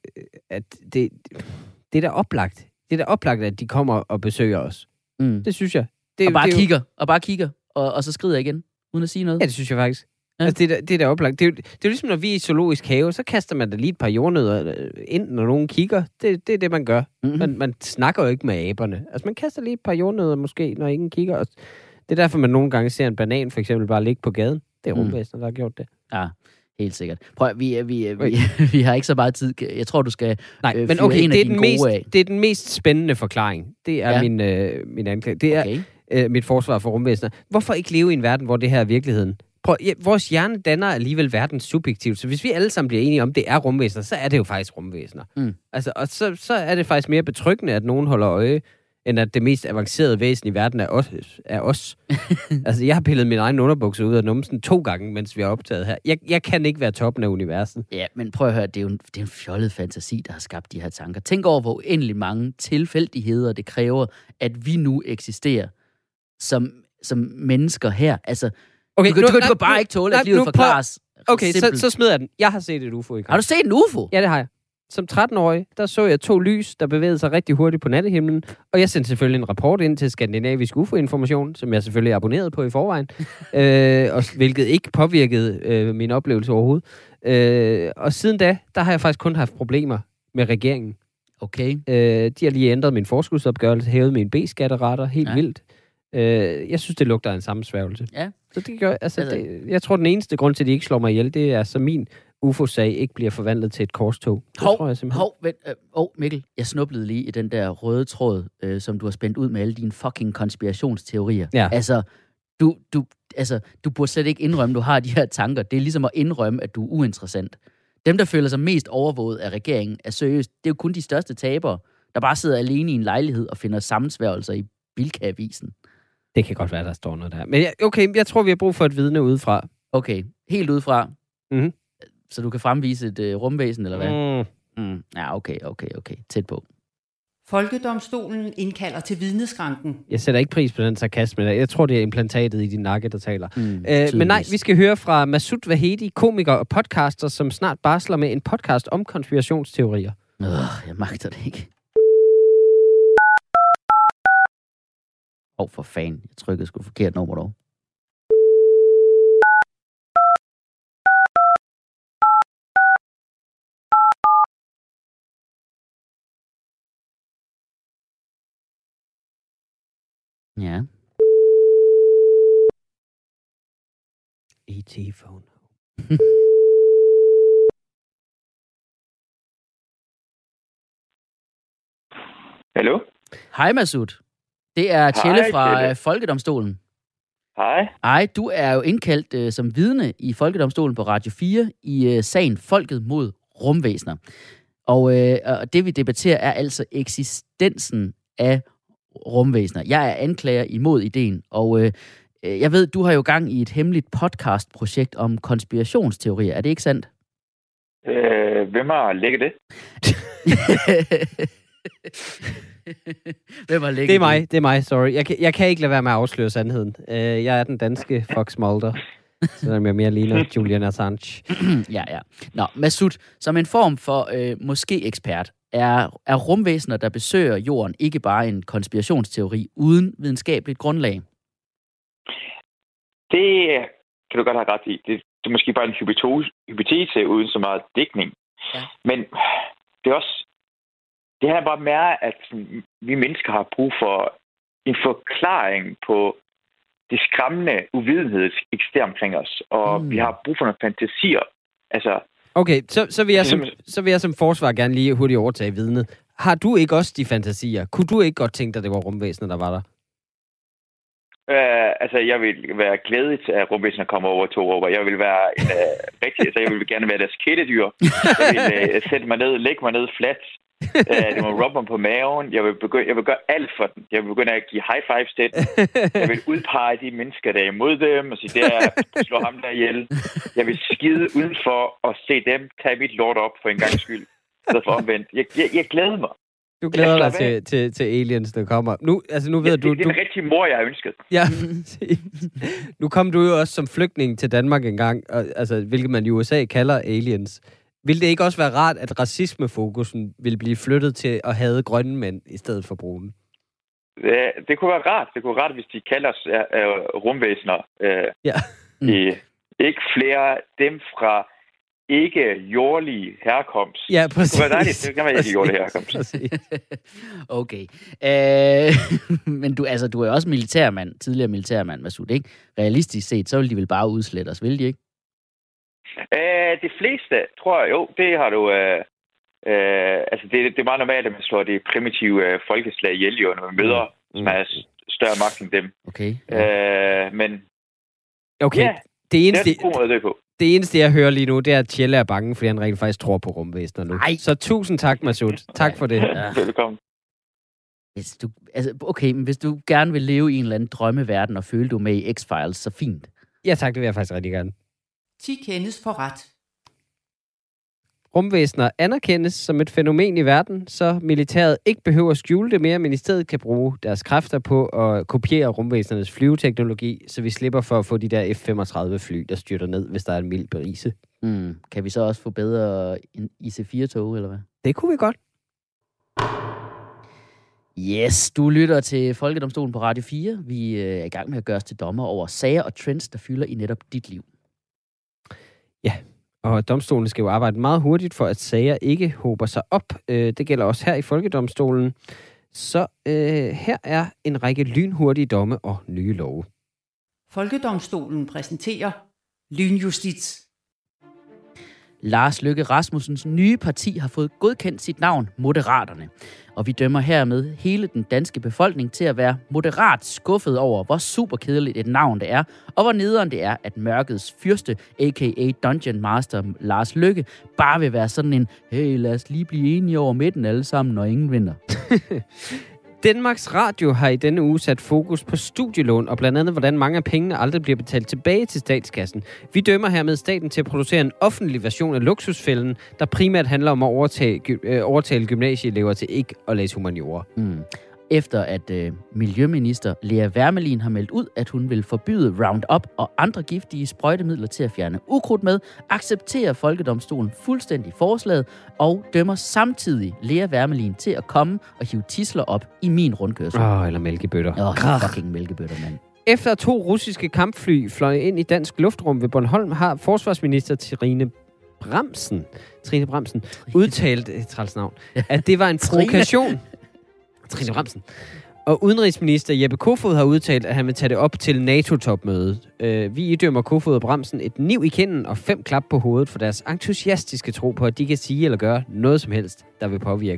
at det, det er da oplagt. Det er da oplagt, at de kommer og besøger os. Mm. Det synes jeg. Det, og bare det kigger, jo... og bare kigger, og, og så skrider jeg igen, uden at sige noget. Ja, det synes jeg faktisk. Ja. Altså, det, er da, det er da oplagt. Det er, jo, det er jo ligesom, når vi er i zoologisk have, så kaster man da lige et par jordnødder ind, når nogen kigger. Det, det er det, man gør. Mm-hmm. Man, man snakker jo ikke med aberne. Altså, man kaster lige et par jordnødder måske, når ingen kigger. Og det er derfor, man nogle gange ser en banan for eksempel bare ligge på gaden. Det er rumvæsener, der har gjort det. Ja. Helt sikkert. Prøv, vi, vi, vi, vi har ikke så meget tid. Jeg tror, du skal Nej, øh, men okay, en det af er dine den gode mest, af. Det er den mest spændende forklaring. Det er ja. min, øh, min anklage. Det er okay. øh, mit forsvar for rumvæsener. Hvorfor ikke leve i en verden, hvor det her er virkeligheden? Prøv, ja, vores hjerne danner alligevel verden subjektivt, så hvis vi alle sammen bliver enige om, det er rumvæsener, så er det jo faktisk rumvæsener. Mm. Altså, og så, så er det faktisk mere betryggende, at nogen holder øje, end at det mest avancerede væsen i verden er os. Er os. Altså, jeg har pillet min egen underbukser ud af numsen to gange, mens vi har optaget her. Jeg, jeg kan ikke være toppen af universet. Ja, men prøv at høre, det er jo en, det er en fjollet fantasi, der har skabt de her tanker. Tænk over, hvor uendelig mange tilfældigheder det kræver, at vi nu eksisterer som, som mennesker her. Altså, okay, du, nu, du, du, du nej, kan bare nu, ikke tåle, nej, at livet forklares. Okay, så, så smider jeg den. Jeg har set et U F O i kamp. Har du set en U F O? Ja, det har jeg. Som tretten-årig, der så jeg to lys, der bevægede sig rigtig hurtigt på nattehimlen, og jeg sendte selvfølgelig en rapport ind til Skandinavisk U F O-information, som jeg selvfølgelig abonnerede på i forvejen, øh, og hvilket ikke påvirkede øh, min oplevelse overhovedet. Øh, og siden da, der har jeg faktisk kun haft problemer med regeringen. Okay. Øh, de har lige ændret min forskudsopgørelse, hævet mine B-skatterater helt ja. vildt. Øh, jeg synes, det lugter af en sammensværgelse. Ja. Så det gør, altså, altså... Det, jeg tror, den eneste grund til, at de ikke slår mig ihjel, det er så min U F O-sag ikke bliver forvandlet til et korstog. Det hov, tror jeg simpelthen. Hov, vent, øh, oh, Mikkel, jeg snublede lige i den der røde tråd, øh, som du har spændt ud med alle dine fucking konspirationsteorier. Ja. Altså, du, du, altså, du burde slet ikke indrømme, at du har de her tanker. Det er ligesom at indrømme, at du er uinteressant. Dem, der føler sig mest overvåget af regeringen, er seriøst. Det er jo kun de største tabere, der bare sidder alene i en lejlighed og finder sammensværgelser i Bilka-avisen. Det kan godt være, der står noget der. Men okay, jeg tror, vi har brug for et vidne udefra. Okay, helt udefra. Mhm. Så du kan fremvise et øh, rumvæsen, eller hvad? Mm. Mm. Ja, okay, okay, okay. Tæt på. Folkedomstolen indkalder til vidneskranken. Jeg sætter ikke pris på den sarkasme. Jeg tror, det er implantatet i din nakke, der taler. Mm, øh, men nej, vi skal høre fra Masoud Vahedi, komiker og podcaster, som snart barsler med en podcast om konspirationsteorier. Øh, jeg magter det ikke. Åh, oh, for fanden. Jeg trykkede sgu forkert nummer dog. Ja. E T phone. Hallo? Hej Masud. Det er Tjelle Hej, fra Tjelle. øh, Folkedomstolen. Hej. Ej, du er jo indkaldt øh, som vidne i Folkedomstolen på Radio fire i øh, sagen Folket mod rumvæsener. Og, øh, og det vi debatterer er altså eksistensen af rumvæsener. Jeg er anklager imod ideen, og øh, jeg ved, du har jo gang i et hemmeligt podcastprojekt om konspirationsteorier. Er det ikke sandt? Øh, hvem har lægget det? Hvem har lægget Det er mig, det er mig, sorry. Jeg kan, jeg kan ikke lade være med at afsløre sandheden. Uh, jeg er den danske Fox Mulder, selvom jeg mere ligner Julian Assange. ja, ja. Nå, Masud, som en form for øh, måske-ekspert, er, er rumvæsener, der besøger jorden, ikke bare en konspirationsteori uden videnskabeligt grundlag? Det kan du godt have ret i. Det, det er måske bare en hypotese, hypotese uden så meget dækning. Ja. Men det er også... Det her er bare mere, at vi mennesker har brug for en forklaring på det skræmmende uvidenhed, der eksisterer omkring os. Og mm. vi har brug for nogle fantasier. Altså, Okay, så, så, vil jeg som, så vil jeg som forsvar gerne lige hurtigt overtage vidnet. Har du ikke også de fantasier? Kunne du ikke godt tænke dig, at det var rumvæsener, der var der? øh, altså, jeg vil være glædeligt, at rumvæsener kommer over to år. Jeg vil være en øh, rigtig... Altså, jeg vil gerne være deres kæledyr. Jeg vil øh, sætte mig ned, lægge mig ned fladt. uh, det må rubbe mig på maven. Jeg vil, begynde, jeg vil gøre alt for den. Jeg vil begynde at give high fives til den. Jeg vil udpege de mennesker, der er imod dem, og sige, der slå ham der ihjel. Jeg vil skide udenfor og se dem tage mit lort op for en gang skyld. Så for omvendt. Jeg, jeg, jeg glæder mig. Du glæder dig til, til, til aliens, der kommer. Nu, altså nu ved ja, du, det, det er du... en rigtig mor, jeg har ønsket. Ja, nu kom du jo også som flygtning til Danmark engang, og, altså, hvilket man i U S A kalder aliens. Vil det ikke også være rart, at racismefokusen vil blive flyttet til at hade grønne mænd i stedet for brune? Det, det kunne være rart. Det kunne være rart, hvis de kalder os uh, uh, rumvæsener. Uh, ja. Mm. I, ikke flere dem fra ikke jordlig herkomst. Ja, præcis. Det kunne være dejligt. Det kan være ikke jordlig herkomst. Okay. Øh, men du, altså, du er jo også militærmand, tidligere militærmand, Masud, ikke? Realistisk set, så vil de vel bare udslette os, vil de ikke? Uh, de fleste, tror jeg, jo, det har du... Uh, uh, altså, det, det er meget normalt, at man slår det primitive uh, folkeslag ihjel, jo, når man møder, mm. som er større magt end dem. Okay. Ja. Uh, men... Okay, ja, det eneste... det er en god måde at dø på. Det eneste, jeg hører lige nu, det er, at Tjelle er bange, fordi han rent faktisk tror på rumvæsener nu. Ej. Så tusind tak, Masud. Tak for det. Ja. Velkommen. Hvis du, altså, okay, men hvis du gerne vil leve i en eller anden drømmeverden og føle, du er med i X-Files, så fint. Ja tak, det vil jeg faktisk rigtig gerne. ti kendes for ret. Rumvæsener anerkendes som et fænomen i verden, så militæret ikke behøver at skjule det mere, men i stedet kan bruge deres kræfter på at kopiere rumvæsenernes flyveteknologi, så vi slipper for at få de der F femogtredive fly, der styrter ned, hvis der er en mild brise. Mm. Kan vi så også få bedre I C fire-tog, eller hvad? Det kunne vi godt. Yes, du lytter til Folkedomstolen på Radio fire. Vi er i gang med at gøre os til dommer over sager og trends, der fylder i netop dit liv. Ja, og domstolen skal jo arbejde meget hurtigt for, at sager ikke hober sig op. Det gælder også her i Folkedomstolen. Så øh, her er en række lynhurtige domme og nye love. Folkedomstolen præsenterer lynjustits. Lars Løkke Rasmussens nye parti har fået godkendt sit navn, Moderaterne. Og vi dømmer hermed hele den danske befolkning til at være moderat skuffet over, hvor super kedeligt et navn det er, og hvor nederen det er, at mørkets fyrste, a k a. Dungeon Master Lars Løkke, bare vil være sådan en, hey, lad os lige blive enige over midten alle sammen, når ingen vinder. Danmarks Radio har i denne uge sat fokus på studielån, og blandt andet, hvordan mange af pengene aldrig bliver betalt tilbage til statskassen. Vi dømmer hermed staten til at producere en offentlig version af Luksusfælden, der primært handler om at overtage, øh, overtale gymnasieelever til ikke at læse humaniora. Mm. Efter at øh, Miljøminister Lea Wermelin har meldt ud, at hun vil forbyde Roundup og andre giftige sprøjtemidler til at fjerne ukrudt med, accepterer Folkedomstolen fuldstændig forslaget og dømmer samtidig Lea Wermelin til at komme og hive tidsler op i min rundkørsel. Åh, oh, eller mælkebøtter. Åh, oh, fucking mælkebøtter, mand. Efter at to russiske kampfly fløj ind i dansk luftrum ved Bornholm, har forsvarsminister Trine Bramsen, Trine Bramsen udtalt, et træls navn, at det var en provokation. Trine Bramsen. Og udenrigsminister Jeppe Kofod har udtalt, at han vil tage det op til NATO-topmødet. Øh, vi idømmer Kofod og Bramsen et niv i kinden og fem klap på hovedet for deres entusiastiske tro på, at de kan sige eller gøre noget som helst, der vil påvirke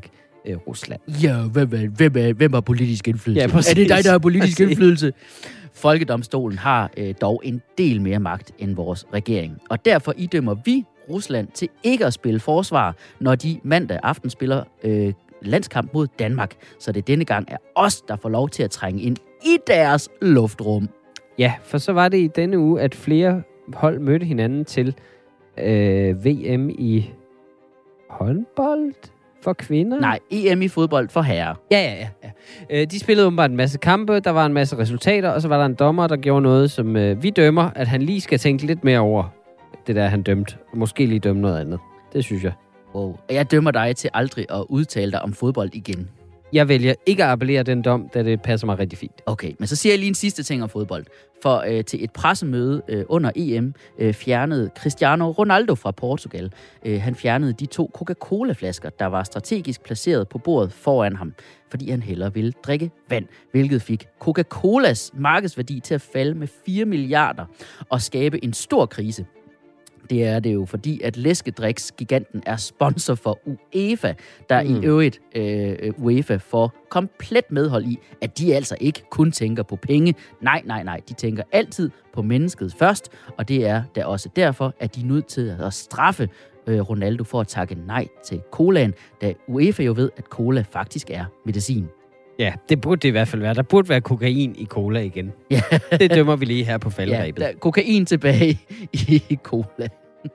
øh, Rusland. Ja, hvem er, hvem er, hvem har politisk indflydelse? Ja, præcis. Er det dig, der har politisk Præcis. indflydelse? Folkedomstolen har øh, dog en del mere magt end vores regering. Og derfor idømmer vi Rusland til ikke at spille forsvar, når de mandag aften spiller øh, landskamp mod Danmark. Så det denne gang er os, der får lov til at trænge ind i deres luftrum. Ja, for så var det i denne uge, at flere hold mødte hinanden til øh, V M i håndbold for kvinder? Nej, E M i fodbold for herrer. Ja, ja, ja. ja. Øh, de spillede åbenbart en masse kampe, der var en masse resultater, og så var der en dommer, der gjorde noget, som øh, vi dømmer, at han lige skal tænke lidt mere over det der, han dømte. Og måske lige dømme noget andet. Det synes jeg. Wow. Og jeg dømmer dig til aldrig at udtale dig om fodbold igen. Jeg vælger ikke at appellere den dom, da det passer mig rigtig fint. Okay, men så siger jeg lige en sidste ting om fodbold. For øh, til et pressemøde øh, under E M øh, fjernede Cristiano Ronaldo fra Portugal. Øh, han fjernede de to Coca-Cola-flasker, der var strategisk placeret på bordet foran ham, fordi han hellere ville drikke vand, hvilket fik Coca-Colas markedsværdi til at falde med fire milliarder og skabe en stor krise. Det er det jo, fordi at læskedriksgiganten er sponsor for UEFA, der mm. i øvrigt øh, UEFA får komplet medhold i, at de altså ikke kun tænker på penge. Nej, nej, nej. De tænker altid på mennesket først, og det er da også derfor, at de er nødt til at straffe øh, Ronaldo for at takke nej til colaen, da UEFA jo ved, at cola faktisk er medicin. Ja, det burde det i hvert fald være. Der burde være kokain i cola igen. Ja. Det dømmer vi lige her på faldrebet. Ja, der er kokain tilbage i cola.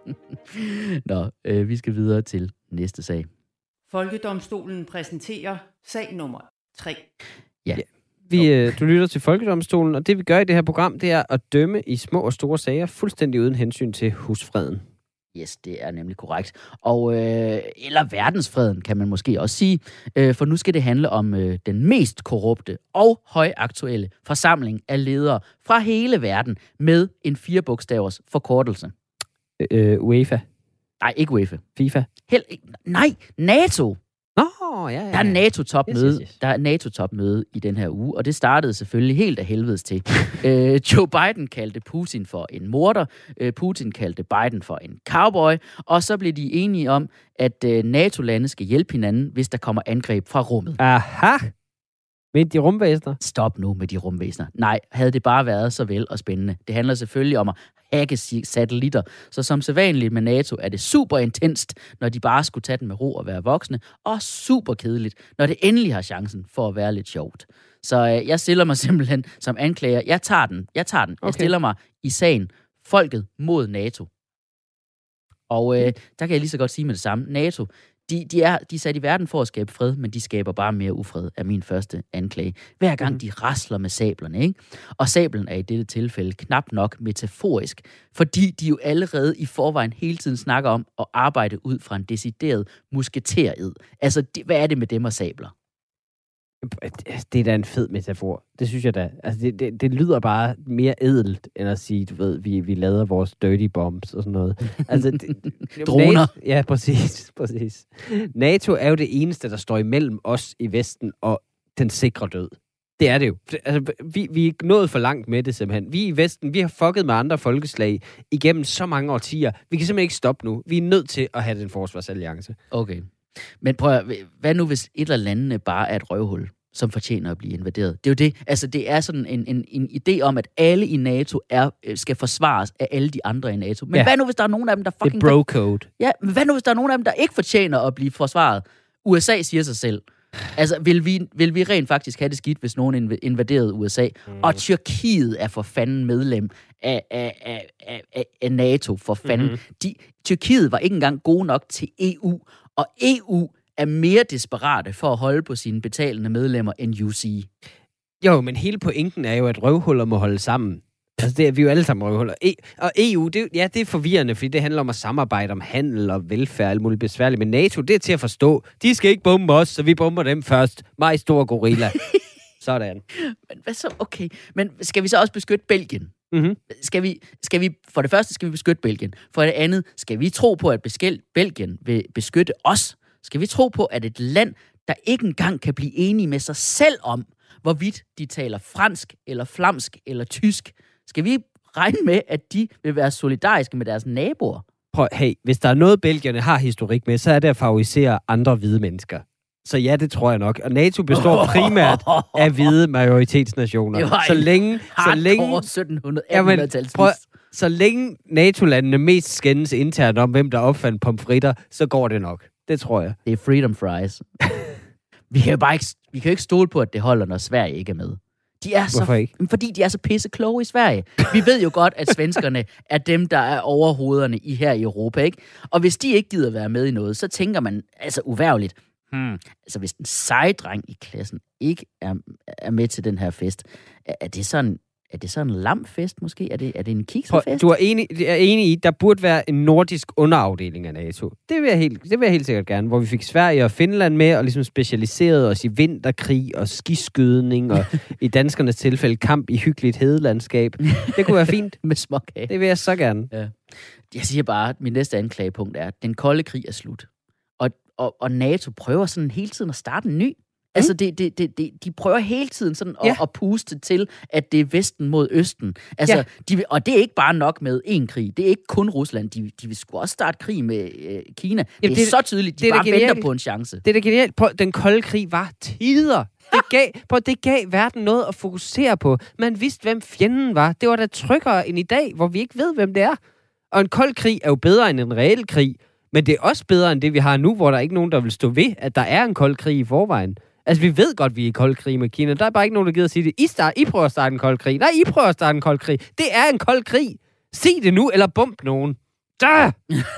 Nå, øh, vi skal videre til næste sag. Folkedomstolen præsenterer sag nummer tre. Ja. Ja. Vi, øh, du lytter til Folkedomstolen, og det vi gør i det her program, det er at dømme i små og store sager, fuldstændig uden hensyn til husfreden. Yes, det er nemlig korrekt. Og, øh, eller verdensfreden, kan man måske også sige. Øh, for nu skal det handle om øh, den mest korrupte og højaktuelle forsamling af ledere fra hele verden med en firebogstavers forkortelse. Øh, UEFA. Nej, ikke UEFA. FIFA. Hel- nej, NATO. Nå, ja, ja. Der er NATO-topmøde. Yes, yes, yes. Der er NATO-topmøde i den her uge, og det startede selvfølgelig helt af helvedes til. øh, Joe Biden kaldte Putin for en morder, øh, Putin kaldte Biden for en cowboy, og så blev de enige om, at øh, NATO-lande skal hjælpe hinanden, hvis der kommer angreb fra rummet. Aha! Med de rumvæsener? Stop nu med de rumvæsener. Nej, havde det bare været så vel og spændende. Det handler selvfølgelig om at hacke satellitter. Så som sædvanligt med NATO er det super intenst, når de bare skulle tage den med ro og være voksne, og super kedeligt, når det endelig har chancen for at være lidt sjovt. Så øh, jeg stiller mig simpelthen som anklager. Jeg tager den. Jeg tager den. Okay. Jeg stiller mig i sagen Folket mod NATO. Og øh, der kan jeg lige så godt sige med det samme. NATO, de, de, er, de er sat i verden for at skabe fred, men de skaber bare mere ufred, er min første anklage. Hver gang mm. de rasler med sablerne, ikke? Og sablen er i dette tilfælde knap nok metaforisk, fordi de jo allerede i forvejen hele tiden snakker om at arbejde ud fra en decideret musketered. Altså, det, hvad er det med dem og sabler? Det er da en fed metafor. Det synes jeg da. Altså, det, det, det lyder bare mere ædelt, end at sige, du ved, vi, vi lader vores dirty bombs og sådan noget. Altså, det, droner. NATO, ja, præcis, præcis. NATO er jo det eneste, der står imellem os i Vesten og den sikre død. Det er det jo. Altså, vi, vi er nået for langt med det simpelthen. Vi i Vesten, vi har fucket med andre folkeslag igennem så mange årtier. Vi kan simpelthen ikke stoppe nu. Vi er nødt til at have den forsvarsalliance. Okay. Men prøv at, hvad nu, hvis et eller andet bare er et røvhul, som fortjener at blive invaderet? Det er jo det. Altså, det er sådan en, en, en idé om, at alle i NATO er, skal forsvares af alle de andre i NATO. Men ja. Hvad nu, hvis der er nogen af dem, der fucking... Det er bro-code. Ja, men hvad nu, hvis der er nogen af dem, der ikke fortjener at blive forsvaret? U S A siger sig selv. Altså, vil vi, vil vi rent faktisk have det skidt, hvis nogen invaderede U S A? Mm. Og Tyrkiet er for fanden medlem af, af, af, af, af NATO, for fanden. Mm-hmm. De, Tyrkiet var ikke engang gode nok til E U, og E U er mere desperate for at holde på sine betalende medlemmer end U C. Jo, men hele pointen er jo, at røvhuller må holde sammen. Altså, det er vi jo alle sammen røvhuller. E- og E U, det, ja, det er forvirrende, fordi det handler om at samarbejde om handel og velfærd og alt muligt besværligt. Men NATO, det er til at forstå. De skal ikke bombe os, så vi bomber dem først. Meget stor gorilla. Sådan. Men hvad så? Okay. Men skal vi så også beskytte Belgien? Mm-hmm. Skal vi, skal vi, for det første skal vi beskytte Belgien. For det andet skal vi tro på, at Belgien vil beskytte os. Skal vi tro på, at et land, der ikke engang kan blive enige med sig selv om, hvorvidt de taler fransk, eller flamsk, eller tysk, skal vi regne med, at de vil være solidariske med deres naboer? Prøv, hey, hvis der er noget, belgierne har historik med, så er det at favorisere andre hvide mennesker. Så ja, det tror jeg nok. Og NATO består primært af hvide majoritetsnationer. Så længe... Så længe sytten hundrede jamen, prøv, så længe NATO-landene mest skændes internt om, hvem der opfandt pomfritter, så går det nok. Det tror jeg. Det er freedom fries. vi kan jo bare ikke, vi kan jo ikke stole på, at det holder, når Sverige ikke er med. De er Hvorfor så, ikke? Fordi de er så pisse kloge i Sverige. Vi ved jo godt, at svenskerne er dem, der er overhovederne i her i Europa, ikke? Og hvis de ikke gider være med i noget, så tænker man altså uværligt, hmm, altså hvis den seje dreng i klassen ikke er, er med til den her fest, er, er det sådan... Er det så en lam fest, måske? Er det, er det en kikserfest? Du er enig, er enig i, der burde være en nordisk underafdeling af NATO. Det vil, jeg helt, det vil jeg helt sikkert gerne, hvor vi fik Sverige og Finland med, og ligesom specialiserede os i vinterkrig og skiskydning, og i danskernes tilfælde kamp i hyggeligt hedelandskab. Det kunne være fint. Med småkage. Det vil jeg så gerne. Ja. Jeg siger bare, at min næste anklagepunkt er, at den kolde krig er slut. Og, og, og NATO prøver sådan hele tiden at starte en ny. Altså, det, det, det, det, de prøver hele tiden sådan at, ja. at puste til, at det er Vesten mod Østen. Altså, ja. de, og det er ikke bare nok med én krig. Det er ikke kun Rusland. De, de vil sgu også starte krig med øh, Kina. Jamen, det er det, så tydeligt, de det bare venter på en chance. Det er da genialt. Prøv, den kolde krig var tider. Det gav, prøv, det gav verden noget at fokusere på. Man vidste, hvem fjenden var. Det var da tryggere end i dag, hvor vi ikke ved, hvem det er. Og en kold krig er jo bedre end en reel krig. Men det er også bedre end det, vi har nu, hvor der er ikke nogen, der vil stå ved, at der er en kold krig i forvejen. Altså, vi ved godt, vi er i kold krig med Kina. Der er bare ikke nogen, der gider at sige det. I, start, I prøver at starte en kold krig. Nej, I prøver at starte en kold krig. Det er en kold krig. Sig det nu, eller bump nogen. Da!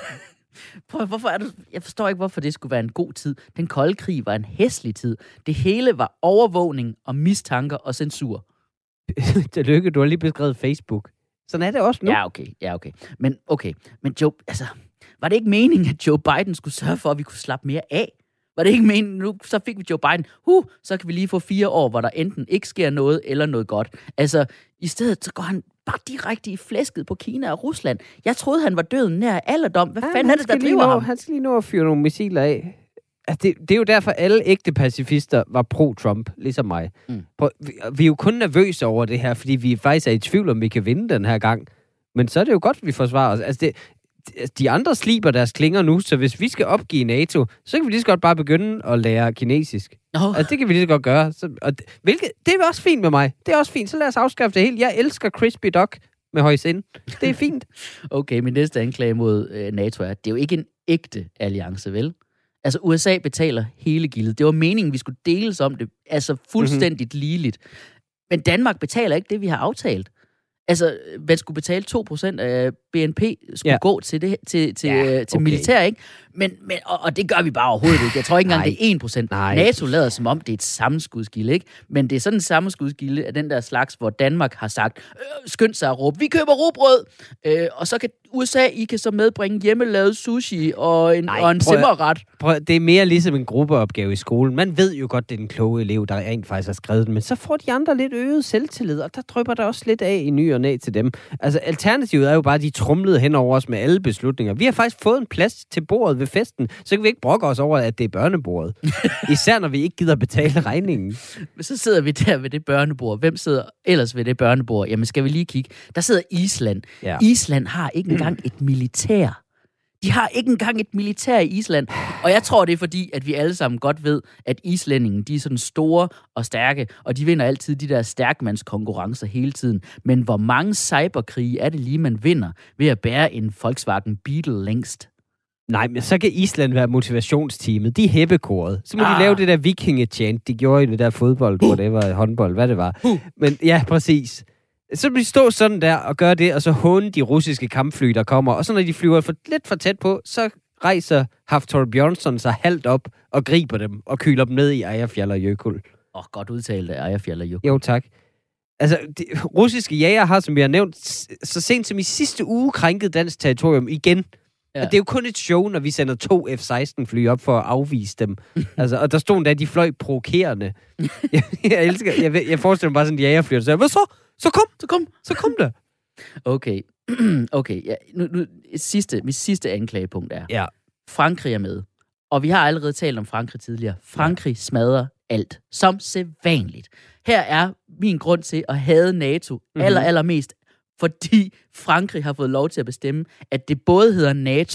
Prøv, hvorfor er det? Jeg forstår ikke, hvorfor det skulle være en god tid. Den kolde krig var en hæslig tid. Det hele var overvågning og mistanker og censur. Tillykke, du har lige beskrevet Facebook. Sådan er det også nu. Ja, okay. Ja, okay. Men okay. Men Joe, altså, var det ikke meningen, at Joe Biden skulle sørge for, at vi kunne slappe mere af? Var det ikke meningen? Nu så fik vi Joe Biden. Huh, så kan vi lige få fire år, hvor der enten ikke sker noget, eller noget godt. Altså, i stedet så går han bare direkte i flæsket på Kina og Rusland. Jeg troede, han var død nær alderdom. Hvad ja, fanden er det, der driver ham? Han skal lige nå at fyre nogle missiler af. Altså, det, det er jo derfor, alle ægte pacifister var pro-Trump, ligesom mig. Mm. På, vi, vi er jo kun nervøse over det her, fordi vi faktisk er i tvivl, om vi kan vinde den her gang. Men så er det jo godt, at vi forsvarer os. Altså, det... De andre sliber deres klinger nu, så hvis vi skal opgive NATO, så kan vi lige så godt bare begynde at lære kinesisk. Oh. Altså, det kan vi lige så godt gøre. Så, og det, hvilket, det er også fint med mig. Det er også fint. Så lad os afskaffe det helt. Jeg elsker crispy duck med højsind. Det er fint. Okay, min næste anklage mod øh, NATO er, at det er jo ikke en ægte alliance, vel? Altså, U S A betaler hele gildet. Det var meningen, vi skulle deles om det. Altså, fuldstændigt mm-hmm. ligeligt. Men Danmark betaler ikke det, vi har aftalt. Altså, man skulle betale to procent af B N P skulle ja. gå til, det, til, til, ja, til okay. militær, ikke? Men, men, og, og det gør vi bare overhovedet ikke. Jeg tror ikke engang, det er en procent. NATO lader som om, det er et sammenskudskilde, ikke? Men det er sådan en sammenskudskilde af den der slags, hvor Danmark har sagt, øh, skynd sig at råbe, vi køber rugbrød, øh, og så kan U S A, I kan så medbringe hjemmelavet sushi og en, Nej, og en simmerret. Prøv, det er mere ligesom en gruppeopgave i skolen. Man ved jo godt, det er den kloge elev, der rent faktisk har skrevet den, men så får de andre lidt øget selvtillid, og der drypper der også lidt af i ny og næ til dem. Altså, alternativet er jo bare, at de trumlede hen over os med alle beslutninger. Vi har faktisk fået en plads til bordet ved festen, så kan vi ikke brokke os over, at det er børnebordet. Især når vi ikke gider betale regningen. Men så sidder vi der ved det børnebord. Hvem sidder ellers ved det børnebord? Jamen, skal vi lige kigge. Der sidder Island. Ja. Island har ikke engang et militær. De har ikke engang et militær i Island. Og jeg tror, det er fordi, at vi alle sammen godt ved, at islændingen, de er sådan store og stærke, og de vinder altid de der stærkmandskonkurrencer hele tiden. Men hvor mange cyberkrige er det lige, man vinder ved at bære en Volkswagen Beetle længst? Nej, men så kan Island være motivationsteamet. De er heppekoret. Så må ah. de lave det der vikinge-chant, de gjorde i det der fodbold, hvor det var håndbold, hvad det var. Uh. Men ja, præcis. Så vil de stå sådan der og gøre det, og så håne de russiske kampfly, der kommer. Og så når de flyver for, lidt for tæt på, så rejser Hafthor Bjørnsson sig halvt op og griber dem og kyler dem ned i Eyjafjallajökull. Åh, oh, godt udtalt af Eyjafjallajökull. Jo, tak. Altså, de russiske jæger har, som vi har nævnt, så sent som i sidste uge krænket dansk territorium igen. Ja. Og det er jo kun et show, når vi sender to F seksten fly op for at afvise dem. Altså, og der stod en dag, de fløj provokerende. jeg, jeg elsker, jeg, jeg forestiller mig bare sådan en jægerfly, og så hvad så? Så kom, så kom, så kom der. Okay, okay. Ja, nu, nu, sidste, mit sidste anklagepunkt er, ja. Frankrig er med. Og vi har allerede talt om Frankrig tidligere. Frankrig ja. smadrer alt, som sædvanligt. Her er min grund til at hade NATO mm-hmm. aller, allermest, fordi Frankrig har fået lov til at bestemme, at det både hedder NATO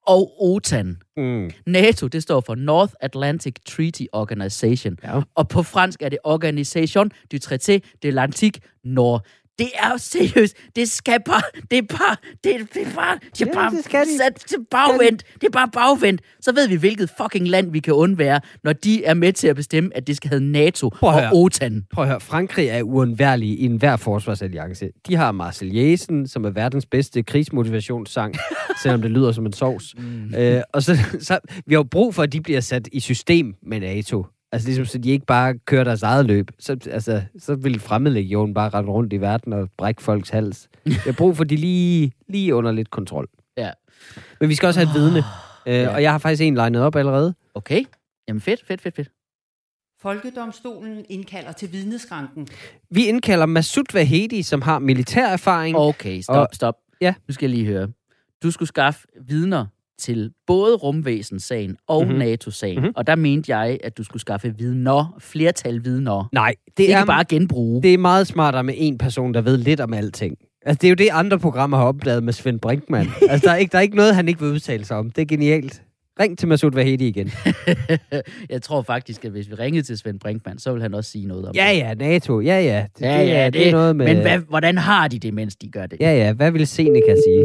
og O T A N. Mm. NATO, det står for North Atlantic Treaty Organization. Ja. Og på fransk er det Organisation du Traité de l'Atlantique Nord. Det er jo seriøst. Det skal bare... Det er bare... Det er, det er bare... Det er Ja, bare... det skal de. sat til bagvendt. Det er bare bagvendt. Så ved vi, hvilket fucking land vi kan undvære, når de er med til at bestemme, at det skal hedde NATO Prøv at og høre. O T A N. Prøv at høre, Frankrig er uundværlig i enhver forsvarsalliance. De har Marseillaisen, som er verdens bedste krigsmotivationssang, selvom det lyder som en sovs. Mm. Øh, og så, så vi har jo brug for, at de bliver sat i system med NATO. Altså ligesom, så de ikke bare kører deres eget løb. Så, altså, så vil fremmedlegionen bare rette rundt i verden og brække folks hals. Vi har brug for, at de lige, lige under lidt kontrol. Ja. Men vi skal også have et vidne. Øh, Ja. Og jeg har faktisk en legnet op allerede. Okay. Jamen fedt, fedt, fedt, fedt. Folkedomstolen indkalder til vidneskranken. Vi indkalder Masoud Vahedi, som har militærerfaring. Okay, stop, Og- stop. Ja. Nu skal jeg lige høre. Du skulle skaffe vidner til både rumvæsensagen og Mhm. mm-hmm. NATO-sagen. Mhm. Mm-hmm. Og der mente jeg, at du skulle skaffe vidner, flertal vidner. Nej, det Det ikke er bare genbruge. Det er meget smartere med en person, der ved lidt om alting. Altså, det er jo det, andre programmer har opdaget med Svend Brinkmann. Altså, der er, ikke, der er ikke noget, han ikke vil udtale sig om. Det er genialt. Ring til Masoud Vahedi igen. Jeg tror faktisk, at hvis vi ringede til Svend Brinkmann, så vil han også sige noget om Ja, det. ja, NATO. Ja, ja. Det, Ja, det, ja, er, det er noget med... Men hvad, hvordan har de det, mens de gør det? Ja, ja. Hvad vil Seneca sige?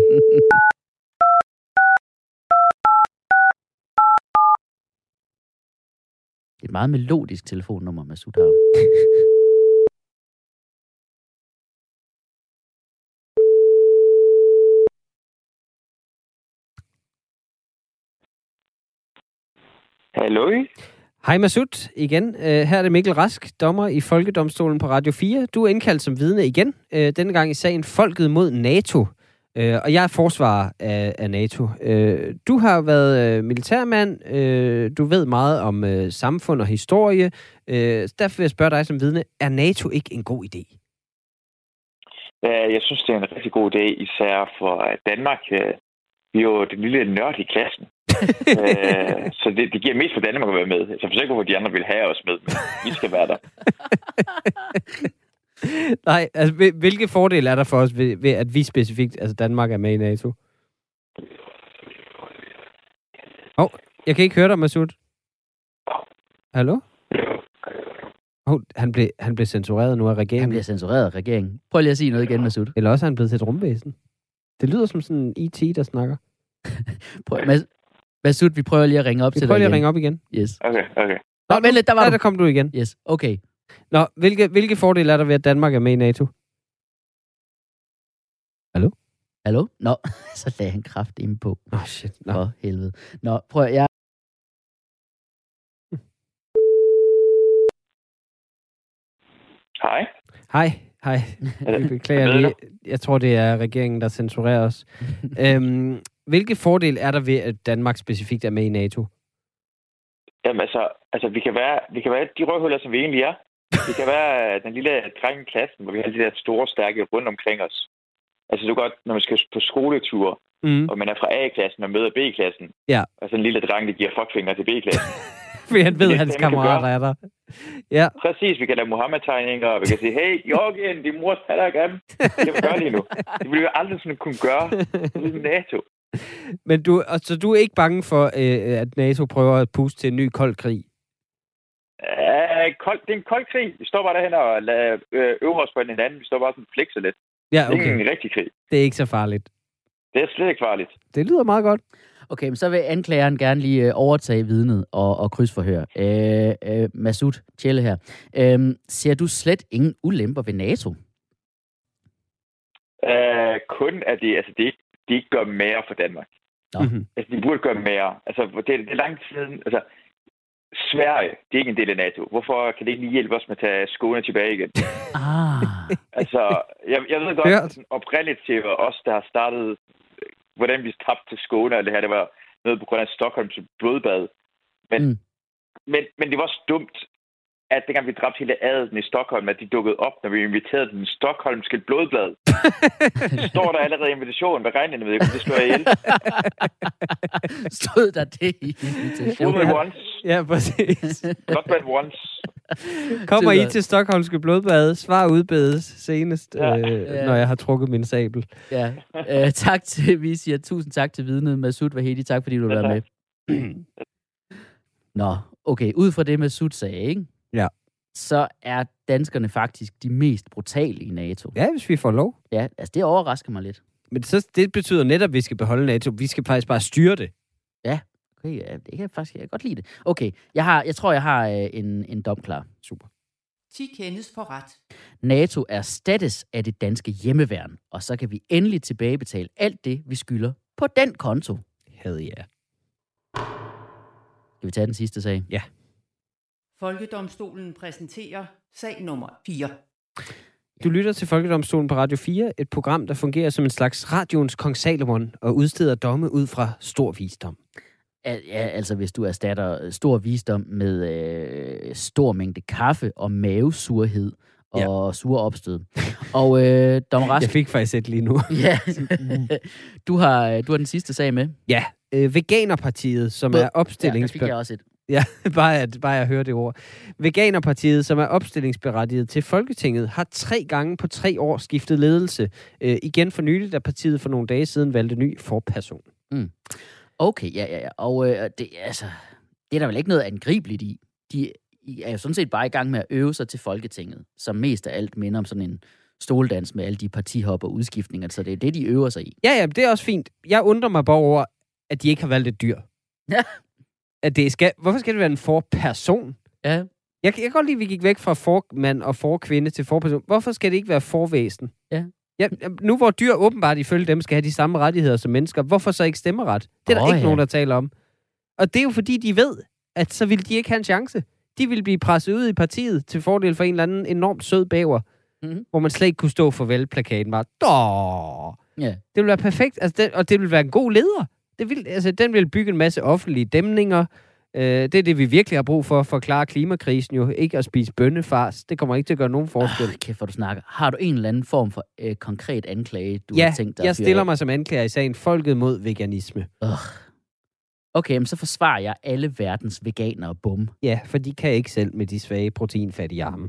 Det er et meget melodisk telefonnummer, Masoud har. Hallo? Hej Masoud, igen. Uh, her er det Mikkel Rask, dommer i Folkedomstolen på Radio fire. Du er indkaldt som vidne igen, uh, denne gang i sagen Folket mod NATO. Uh, og jeg er forsvarer af, af NATO. Uh, du har været uh, militærmand. Uh, du ved meget om uh, samfund og historie. Uh, derfor vil jeg spørge dig som vidne, er NATO ikke en god idé? Ja, jeg synes, det er en rigtig god idé, især for Danmark. Vi er jo den lille nørd i klassen. øh, så det, det giver mest for Danmark at være med. Så jeg forstår ikke, hvorfor de andre vil have os med, men vi skal være der. Nej, altså hvil- hvilke fordele er der for os ved, ved, at vi specifikt, altså Danmark, er med i NATO? Åh, oh, jeg kan ikke høre dig, Masoud. Hallo? Oh, han, blev, han blev censureret nu af regeringen. Han bliver censureret af regeringen. Prøv lige at sige noget igen, Masoud. Eller også er han blevet til et rumvæsen. Det lyder som sådan en I T, der snakker. Prøv, Mas- Masoud, vi prøver lige at ringe op Vi til prøver dig lige at igen. ringe op igen. Yes. Okay, okay. Nå, vent lidt, der var Ja, du. der kom du igen. Yes, okay. Nå, hvilke, hvilke fordele er der ved, at Danmark er med i NATO? Hallo? Hallo? Nå, så lagde han kraft inde på. Åh, oh, shit. Nå. For helvede. Nå, prøv at... Jeg... Hej. Hej, hej. Vi beklager lige. Jeg tror, det er regeringen, der censurerer os. øhm, hvilke fordele er der ved, at Danmark specifikt er med i NATO? Jamen altså, altså vi, kan være, vi kan være de røvhuller, som vi egentlig er. Vi kan være den lille dreng i klassen, hvor vi har de der store, stærke rundt omkring os. Altså du godt, når man skal på skoletur, Mm. og man er fra A-klassen og møder B-klassen. Ja. Og så en lille dreng, der giver fuckfinger til B-klassen. Fordi han ved, Det at er hans det, man kan kammerater er der. Ja. Præcis, vi kan lave Mohammed-tegninger, og vi kan sige, hey, Jorgen, din mors pattergam. Det vil gøre lige nu. Det ville vi aldrig sådan kunne gøre uden NATO. Men du, altså, du er ikke bange for, øh, at NATO prøver at puste til en ny kold krig? Uh, kold, det er en kold krig. Vi står bare derhen og lader, øh, øver os på hinanden. Vi står bare sådan flexer lidt. Ja, Det er okay. ikke en rigtig krig. Det er ikke så farligt. Det er slet ikke farligt. Det lyder meget godt. Okay, men så vil anklageren gerne lige øh, overtage vidnet og, og krydsforhør. Øh, øh, Masoud Tjelle her. Øh, ser du slet ingen ulemper ved NATO? Uh, kun at de, altså, de, ikke, de ikke gør mere for Danmark. Nå. Mm-hmm. Altså, de burde gøre mere. Altså, det, det er lang tid siden. Altså, Sverige, det er ikke en del af NATO. Hvorfor kan det ikke lige hjælpe os med at tage Skåne tilbage igen? Ah. Altså, jeg, jeg ved godt, Hørt. at sådan oprindeligt til os, der har startet, hvordan vi tabte til Skåne, og det her, det var noget på grund af Stockholms blodbad. Men, Mm. mm. men, men det var også dumt, at dengang vi dræbte hele adelen i Stockholm, at de dukkede op, når vi inviterede den stockholmske blodblad. Så står der allerede invitationen. Hvad regner med? Det slår jeg ihjel. Stod der det i invitationen? Only once. Ja, præcis. Not but once. Kommer I Super. til Stockholmske blodbad? Svar udbedes senest, Ja. øh, Ja. når jeg har trukket min sabel. Ja. Øh, tak til, vi siger tusind tak til vidnet, Masud Vahedi. Tak, fordi du Ja, var med. tak. Nå, okay. Ud fra det, Masud sagde, ikke? Ja. Så er danskerne faktisk de mest brutale i NATO. Ja, hvis vi får lov. Ja, altså det overrasker mig lidt. Men så, det betyder netop, at vi skal beholde NATO. Vi skal faktisk bare styre det. Okay, ja, det kan jeg faktisk jeg kan godt lide det. Okay, jeg, har, jeg tror, jeg har øh, en, en dom klar. Super. ti kendes for ret. NATO erstattes af det danske hjemmeværn, og så kan vi endelig tilbagebetale alt det, vi skylder på den konto. Havde ja. Skal vi tage den sidste sag? Folkedomstolen præsenterer sag nummer fire. Du lytter til Folkedomstolen på Radio fire, et program, der fungerer som en slags radioens kong Salomon og udsteder domme ud fra stor visdom. Al- Ja, altså hvis du erstatter stor visdom med øh, stor mængde kaffe og mavesurhed og ja. sure opstød. Og øh, Dom Rask, Jeg fik faktisk et lige nu. ja, du har, du har den sidste sag med. Ja, øh, Veganerpartiet, som er Ja, der opstillings... fik jeg også et. Ja, bare at, bare at høre det ord. Veganerpartiet, som er opstillingsberettiget til Folketinget, har tre gange på tre år skiftet ledelse. Øh, igen for nyligt, da partiet for nogle dage siden valgte ny forperson. Okay, ja, ja, ja. Og øh, det, altså, det er der vel ikke noget angribeligt i. De I er jo sådan set bare i gang med at øve sig til Folketinget, som mest af alt minder om sådan en stoledans med alle de partihop og udskiftninger, så det er det, de øver sig i. Ja, ja, det er også fint. Jeg undrer mig bare over, at de ikke har valgt et dyr. Ja. At det skal, hvorfor skal det være en forperson? Ja. Jeg, jeg kan godt lide, at vi gik væk fra formand og forkvinde til forperson. Hvorfor skal det ikke være forvæsen? Ja. Ja, nu hvor dyr åbenbart ifølge dem skal have de samme rettigheder som mennesker, hvorfor så ikke stemmeret? Det er der Åh, ikke ja. nogen, der taler om. Og det er jo fordi, de ved, at så vil de ikke have en chance. De vil blive presset ud i partiet til fordel for en eller anden enormt sød bæver, Mm-hmm. hvor man slet ikke kunne stå for valgplakaten. Bare, Dåh! Ja. Det ville være perfekt, altså den, og det ville være en god leder. Det vil, altså, den vil bygge en masse offentlige dæmninger. Øh, det er det, vi virkelig har brug for, for at klare klimakrisen jo. Ikke at spise bønnefars. Det kommer ikke til at gøre nogen forskel. Oh, kæft, hvor du snakker. Har du en eller anden form for øh, konkret anklage, du ja, har tænkt dig jeg at fyre stiller af? mig som anklager i sagen Folket mod veganisme. Ugh. Okay, men så forsvarer jeg alle verdens veganere, bum. Ja, for de kan ikke selv med de svage proteinfattige arme.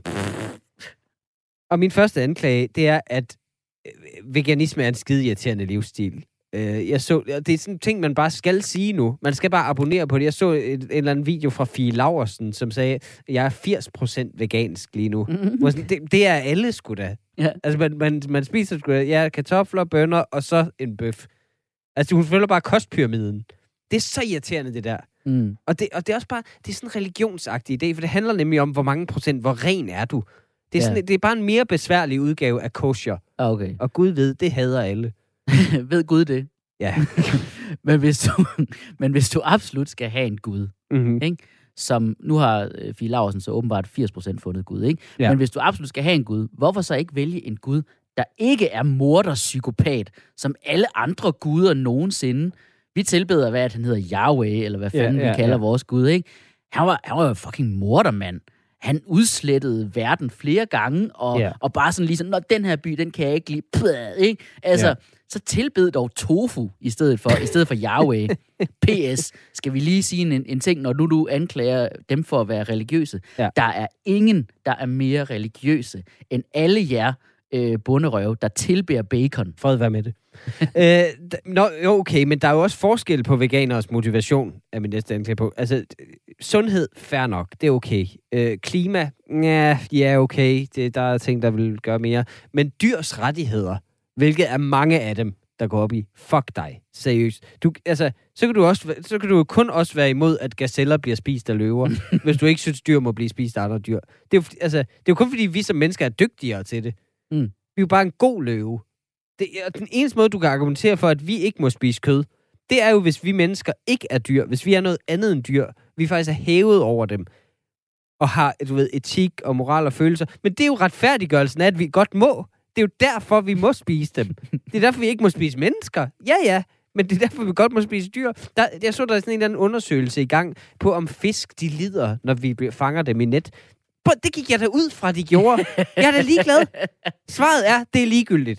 Og min første anklage, det er, at øh, veganisme er en skide irriterende livsstil. Øh, jeg så, det er sådan en ting, man bare skal sige nu. Man skal bare abonnere på det. Jeg så et, en eller anden video fra Fie Laursen, som sagde, at jeg er firs procent vegansk lige nu. Mm-hmm. Hvor sådan, det, det er alle sgu da. Ja. Altså, man, man, man spiser sgu da, ja, kartofler, bønner, og så en bøf. Altså, hun følger bare kostpyramiden. Det er så irriterende, det der. Mm. Og det, og det er også bare, det er sådan en religionsagtig idé, for det handler nemlig om, hvor mange procent, hvor ren er du. Det er, sådan, Ja. det er bare en mere besværlig udgave af kosher. Ah, okay. Og Gud ved, det hader alle. Ved Gud det? Ja. men, hvis du, men hvis du absolut skal have en Gud, Mm-hmm. ikke? Som nu har øh, Fie Laursen så åbenbart firs procent fundet Gud, ikke? Ja. Men hvis du absolut skal have en Gud, hvorfor så ikke vælge en Gud, der ikke er morderpsykopat, som alle andre guder nogensinde? Vi tilbeder, hvad han hedder, Yahweh, eller hvad Ja, fanden ja, vi kalder ja. vores Gud, ikke? Han var, han var jo fucking mordermand. Han udslettede verden flere gange, og, Ja. og bare sådan lige sådan, nå, den her by, den kan jeg ikke lide, Pah, ikke? Altså, Ja. så tilbed dog tofu i stedet for, i stedet for Yahweh. P S. Skal vi lige sige en, en ting, når nu du anklager dem for at være religiøse. Ja. Der er ingen, der er mere religiøse end alle jer øh, bunderøve, der tilbærer bacon. Fred være med det. øh, d- nå, jo, okay, men der er jo også forskel på veganers motivation, er min næste anklage på. Altså, d- sundhed, fair nok, det er okay. Øh, klima, ja, ja, okay, det, der er ting, der vil gøre mere. Men dyrs rettigheder, hvilket er mange af dem, der går op i, fuck dig, seriøst. Du, altså, så kan du også, så kan du jo kun også være imod, at gazeller bliver spist af løver, hvis du ikke synes, dyr må blive spist af andre dyr. Det er, jo, altså, det er jo kun fordi, vi som mennesker er dygtigere til det. Mm. Vi er jo bare en god løve. Det er den eneste måde, du kan argumentere for, at vi ikke må spise kød, det er jo, hvis vi mennesker ikke er dyr, hvis vi er noget andet end dyr, vi faktisk er hævet over dem, og har, du ved, etik og moral og følelser. Men det er jo retfærdiggørelsen af, at vi godt må. Det er jo derfor, vi må spise dem. Det er derfor, vi ikke må spise mennesker. Ja, ja, men det er derfor, vi godt må spise dyr. Der, jeg så, der er sådan en eller anden undersøgelse i gang på, om fisk, de lider, når vi fanger dem i net. Det gik jeg da ud fra, de gjorde. Jeg er da ligeglad. Svaret er, det er ligegyldigt.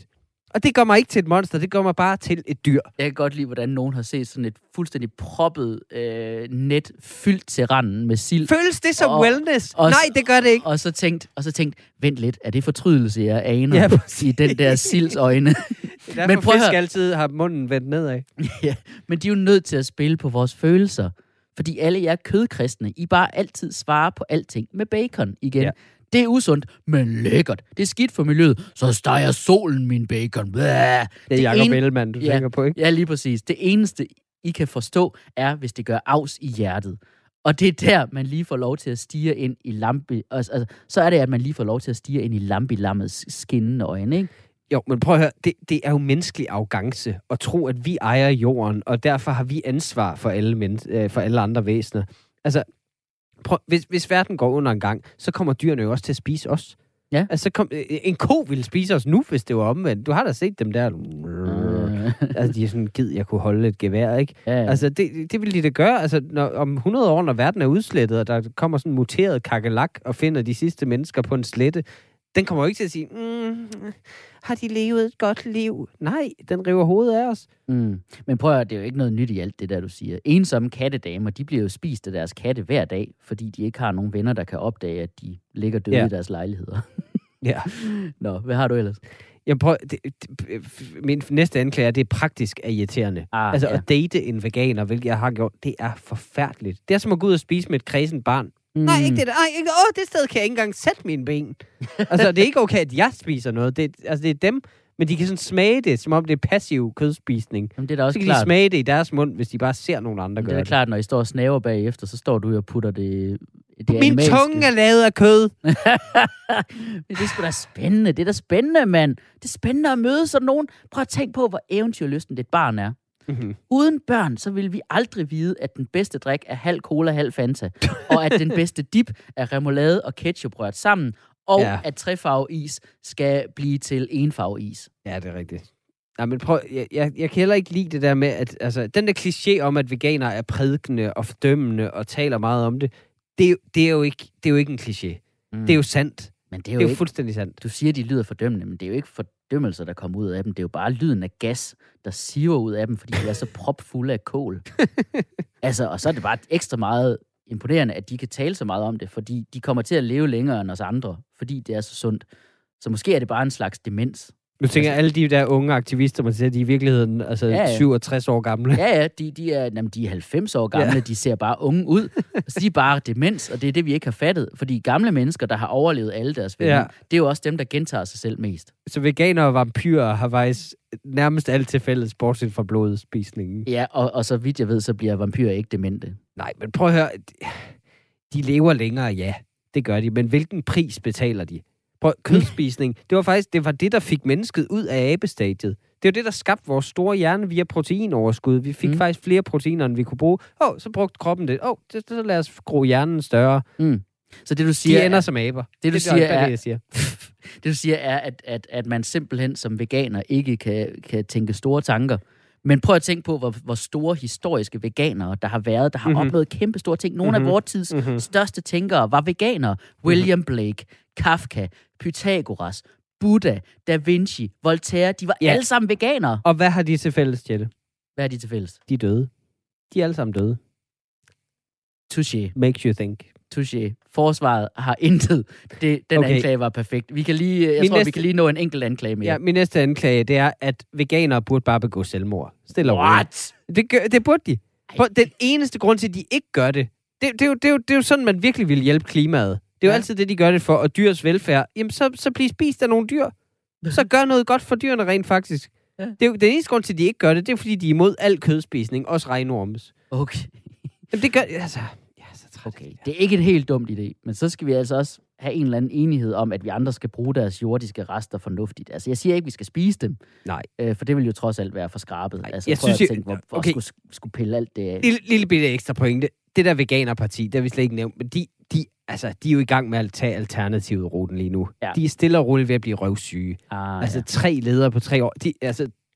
Og det gør mig ikke til et monster, det gør mig bare til et dyr. Jeg kan godt lide, hvordan nogen har set sådan et fuldstændig proppet øh, net fyldt til randen med sild. Føles det som og, wellness? Og, Nej, det gør det ikke. Og så tænkt, og så tænkt, vent lidt, er det fortrydelse, jeg aner Ja, i den der silds øjne? Derfor Men prøv at fisk høre. altid har munden vendt nedad. Ja, men de er jo nødt til at spille på vores følelser. Fordi alle jer kødkristne, I bare altid svarer på alting med bacon igen. Ja. Det er usundt, men lækkert. Det er skidt for miljøet. Så steger solen min bacon. Blæh. Det er Det Jacob en- Ellemann, du Ja. tænker på, ikke? Ja, lige præcis. Det eneste, I kan forstå, er, hvis det gør afs i hjertet. Og det er der, man lige får lov til at stige ind i lampe. Altså, så er det, at man lige får lov til at stige ind i lampilammets skinnende øjne, ikke? Jo, men prøv at høre, det, det er jo menneskelig arrogance at tro, at vi ejer jorden, og derfor har vi ansvar for alle, men, øh, for alle andre væsener. Altså, prøv, hvis, hvis verden går under en gang, så kommer dyrene jo også til at spise os. Ja. Altså, kom, øh, en ko ville spise os nu, hvis det var omvendt. Du har da set dem der. Øh. Altså, de er sådan, gid, jeg kunne holde et gevær, ikke? Ja, ja. Altså, det, det vil de da gøre. Altså, når, om hundrede år, når verden er udslettet, og der kommer sådan en muteret kakelak og finder de sidste mennesker på en slette, den kommer jo ikke til at sige, mm, har de levet et godt liv? Nej, den river hovedet af os. Mm. Men prøv at høre, det er jo ikke noget nyt i alt det der, du siger. Ensomme kattedamer, de bliver jo spist af deres katte hver dag, fordi de ikke har nogen venner, der kan opdage, at de ligger døde Ja. i deres lejligheder. Ja. Nå, hvad har du ellers? Jeg prøver, det, det, min næste anklager, det er praktisk er irriterende. Ah, altså, ja. at date en veganer, hvilket jeg har gjort, det er forfærdeligt. Det er som at gå ud og spise med et kræsent barn. Mm. Nej, ikke det der. Ej, ikke, åh, det sted kan jeg ikke engang sætte mine ben. Altså, det er ikke okay, at jeg spiser noget. Det, altså, det er dem, men de kan sådan smage det, som om det er passiv kødspisning. Jamen, det er da Så også kan klart. de smage det i deres mund, hvis de bare ser nogle andre Men det gøre er da det. klart, når I står og snaver bagefter, så står du jo og putter det, det Min animalske. tunge er lavet af kød. Men det er sgu da spændende. Det er da spændende, mand. Det er spændende at møde sådan nogen. Prøv at tænke på, hvor eventyrlysten dit barn er. Mm-hmm. Uden børn, så vil vi aldrig vide, at den bedste drik er halv cola, halv Fanta. Og at den bedste dip er remoulade og ketchup rørt sammen. Og Ja. at trefarveis skal blive til enfarveis. Ja, det er rigtigt. Nej, men prøv, jeg, jeg, jeg kan heller ikke lide det der med, at altså, den der kliché om, at veganere er prædikende og fordømmende og taler meget om det, det er jo, det er jo, ikke, det er jo ikke en kliché. Mm. Det er jo sandt. Men det Det er er jo, jo ikke, fuldstændig sandt. du siger, de lyder fordømmende, men det er jo ikke fordømmelser, der kommer ud af dem. Det er jo bare lyden af gas, der siver ud af dem, fordi de er så propfulde af kål. Altså, og så er det bare ekstra meget imponerende, at de kan tale så meget om det, fordi de kommer til at leve længere end os andre, fordi det er så sundt. Så måske er det bare en slags demens. Nu tænker jeg, alle de der unge aktivister, man siger, de er i virkeligheden altså, Ja, ja. syvogtres år gamle. Ja, ja, de, de, er, jamen, de er halvfems år gamle, Ja. ja. De ser bare unge ud. Så de er bare demens, og det er det, vi ikke har fattet. Fordi gamle mennesker, der har overlevet alle deres venner, Ja. ja. det er jo også dem, der gentager sig selv mest. Så veganer og vampyrer har faktisk nærmest alt til fælles, bortset fra blodspisningen. Ja, og, og så vidt jeg ved, så bliver vampyrer ikke demente. Nej, men prøv at høre. De lever længere, ja. Det gør de. Men hvilken pris betaler de? Prøv, kødspisning, det var faktisk det, var det, der fik mennesket ud af abestadiet. Det var det, der skabte vores store hjerne via proteinoverskud. Vi fik mm. Mm. faktisk flere proteiner, end vi kunne bruge. Åh, oh, så brugte kroppen det. Åh, oh, så, så lad os skrue hjernen større. Mm. Så det, du De siger, ender er, som aber. det, du er siger, bare er- det, jeg siger. det, du siger er, at, at, at man simpelthen som veganer ikke kan, kan tænke store tanker. Men prøv at tænke på, hvor, hvor store historiske veganere, der har været, der har Mhm. mm-hmm. opnået kæmpe store ting. Nogle Mhm. mm-hmm. af vores tids Mhm. mm-hmm. største tænkere var veganere. William Blake, Kafka, Pythagoras, Buddha, Da Vinci, Voltaire. De var Ja. ja. alle sammen veganere. Og hvad har de til fælles, Jette? Hvad er de til fælles? De er døde. De er alle sammen døde. Touché. Makes you think. Touché. Forsvaret har intet. Det, den Okay. okay. anklage var perfekt. Vi kan lige, jeg Min tror, næste... næste- vi kan lige nå en enkelt anklage mere. Ja, min næste anklage, det er, at veganere burde bare begå selvmord. Stille og roligt. What? Det, gør, det burde de. Prøv, den eneste grund til, at de ikke gør det, det, det, er jo, det, er jo, det er jo sådan, man virkelig vil hjælpe klimaet. Det er jo Ja. altid det, de gør det for, og dyrs velfærd. Jamen, så, så bliver spist af nogle dyr. Så gør noget godt for dyrene rent faktisk. Ja. Det er jo, den eneste grund til, at de ikke gør det, det er, fordi de er imod al kødspisning, også regnormes. Okay. Jamen, det gør... Altså, ja, så træt. Okay, det er ikke et helt dumt idé, men så skal vi altså også have en eller anden enighed om, at vi andre skal bruge deres jordiske rester fornuftigt. Altså, jeg siger ikke, vi skal spise dem, Nej. øh, for det vil jo trods alt være for skrabet. Nej, altså, jeg prøv synes, at jeg- tænke, hvor, hvor okay. skulle, skulle pille alt det af. Lille, lille bitte ekstra pointe. Det der veganerparti, det har vi slet ikke nævnt, men de, de, altså, de er jo i gang med at tage alternativet ruten lige nu. Ja. De er stille og roligt ved at blive røvsyge. Ah, Altså ja. tre ledere på tre år. De, altså,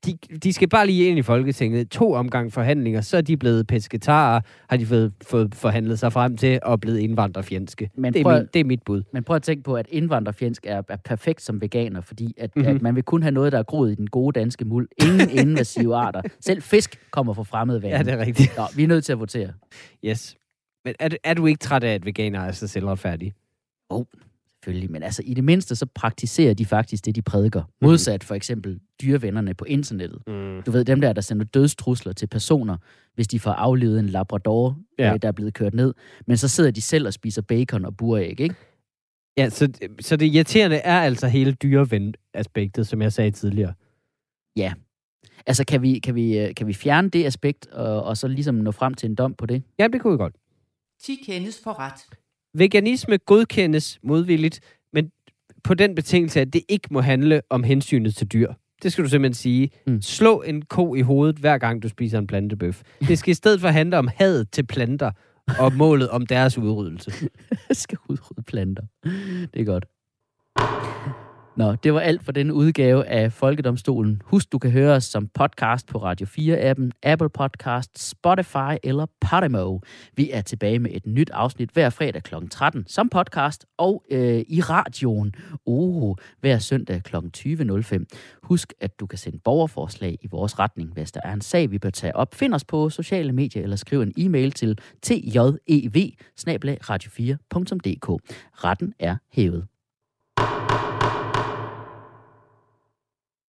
de, de skal bare lige ind i Folketinget. To omgang forhandlinger, så er de blevet pesketarer, har de fået, fået forhandlet sig frem til og blevet indvandrerfjendske. Men det, er prøv, min, det er mit bud. Men prøv at tænke på, at indvandrerfjendsk er, er perfekt som veganer, fordi at, Mhm. mm-hmm. at man vil kun have noget, der er groet i den gode danske muld. Ingen invasive arter. Selv fisk kommer fra fremmede vande. Ja, det er rigtigt. Nå, vi er nødt til at votere. Yes. Men er, du- er du ikke træt af, at veganere er så selvretfærdige? Åh, oh, selvfølgelig. Men altså, i det mindste, så praktiserer de faktisk det, de prædiker. Modsat for eksempel dyrevennerne på internettet. Mm. Du ved, dem der, der sender dødstrusler til personer, hvis de får aflevet en labrador, Ja. ja. øh, der er blevet kørt ned. Men så sidder de selv og spiser bacon og buræg, ikke? Ja, så, så det irriterende er altså hele dyreven-aspektet, som jeg sagde tidligere. Ja. Altså, kan vi, kan vi, øh, kan vi fjerne det aspekt, og, og så ligesom nå frem til en dom på det? Ja, det kunne vi godt. ti kendes for ret. Veganisme godkendes modvilligt, men på den betingelse, at det ikke må handle om hensynet til dyr. Det skal du simpelthen sige. Mm. Slå en ko i hovedet, hver gang du spiser en plantebøf. Det skal i stedet for handle om hadet til planter og målet om deres udryddelse. skal udrydde planter. Det er godt. Nå, det var alt for denne udgave af Folkedomstolen. Husk, du kan høre os som podcast på Radio fire-appen, Apple Podcast, Spotify eller Podimo. Vi er tilbage med et nyt afsnit hver fredag klokken tretten som podcast og øh, i radioen oh, hver søndag klokken tyve nul fem. Husk, at du kan sende borgerforslag i vores retning, hvis der er en sag, vi bør tage op. Find os på sociale medier eller skriv en e-mail til t j e v bindestreg radio fire punktum d k. Retten er hævet.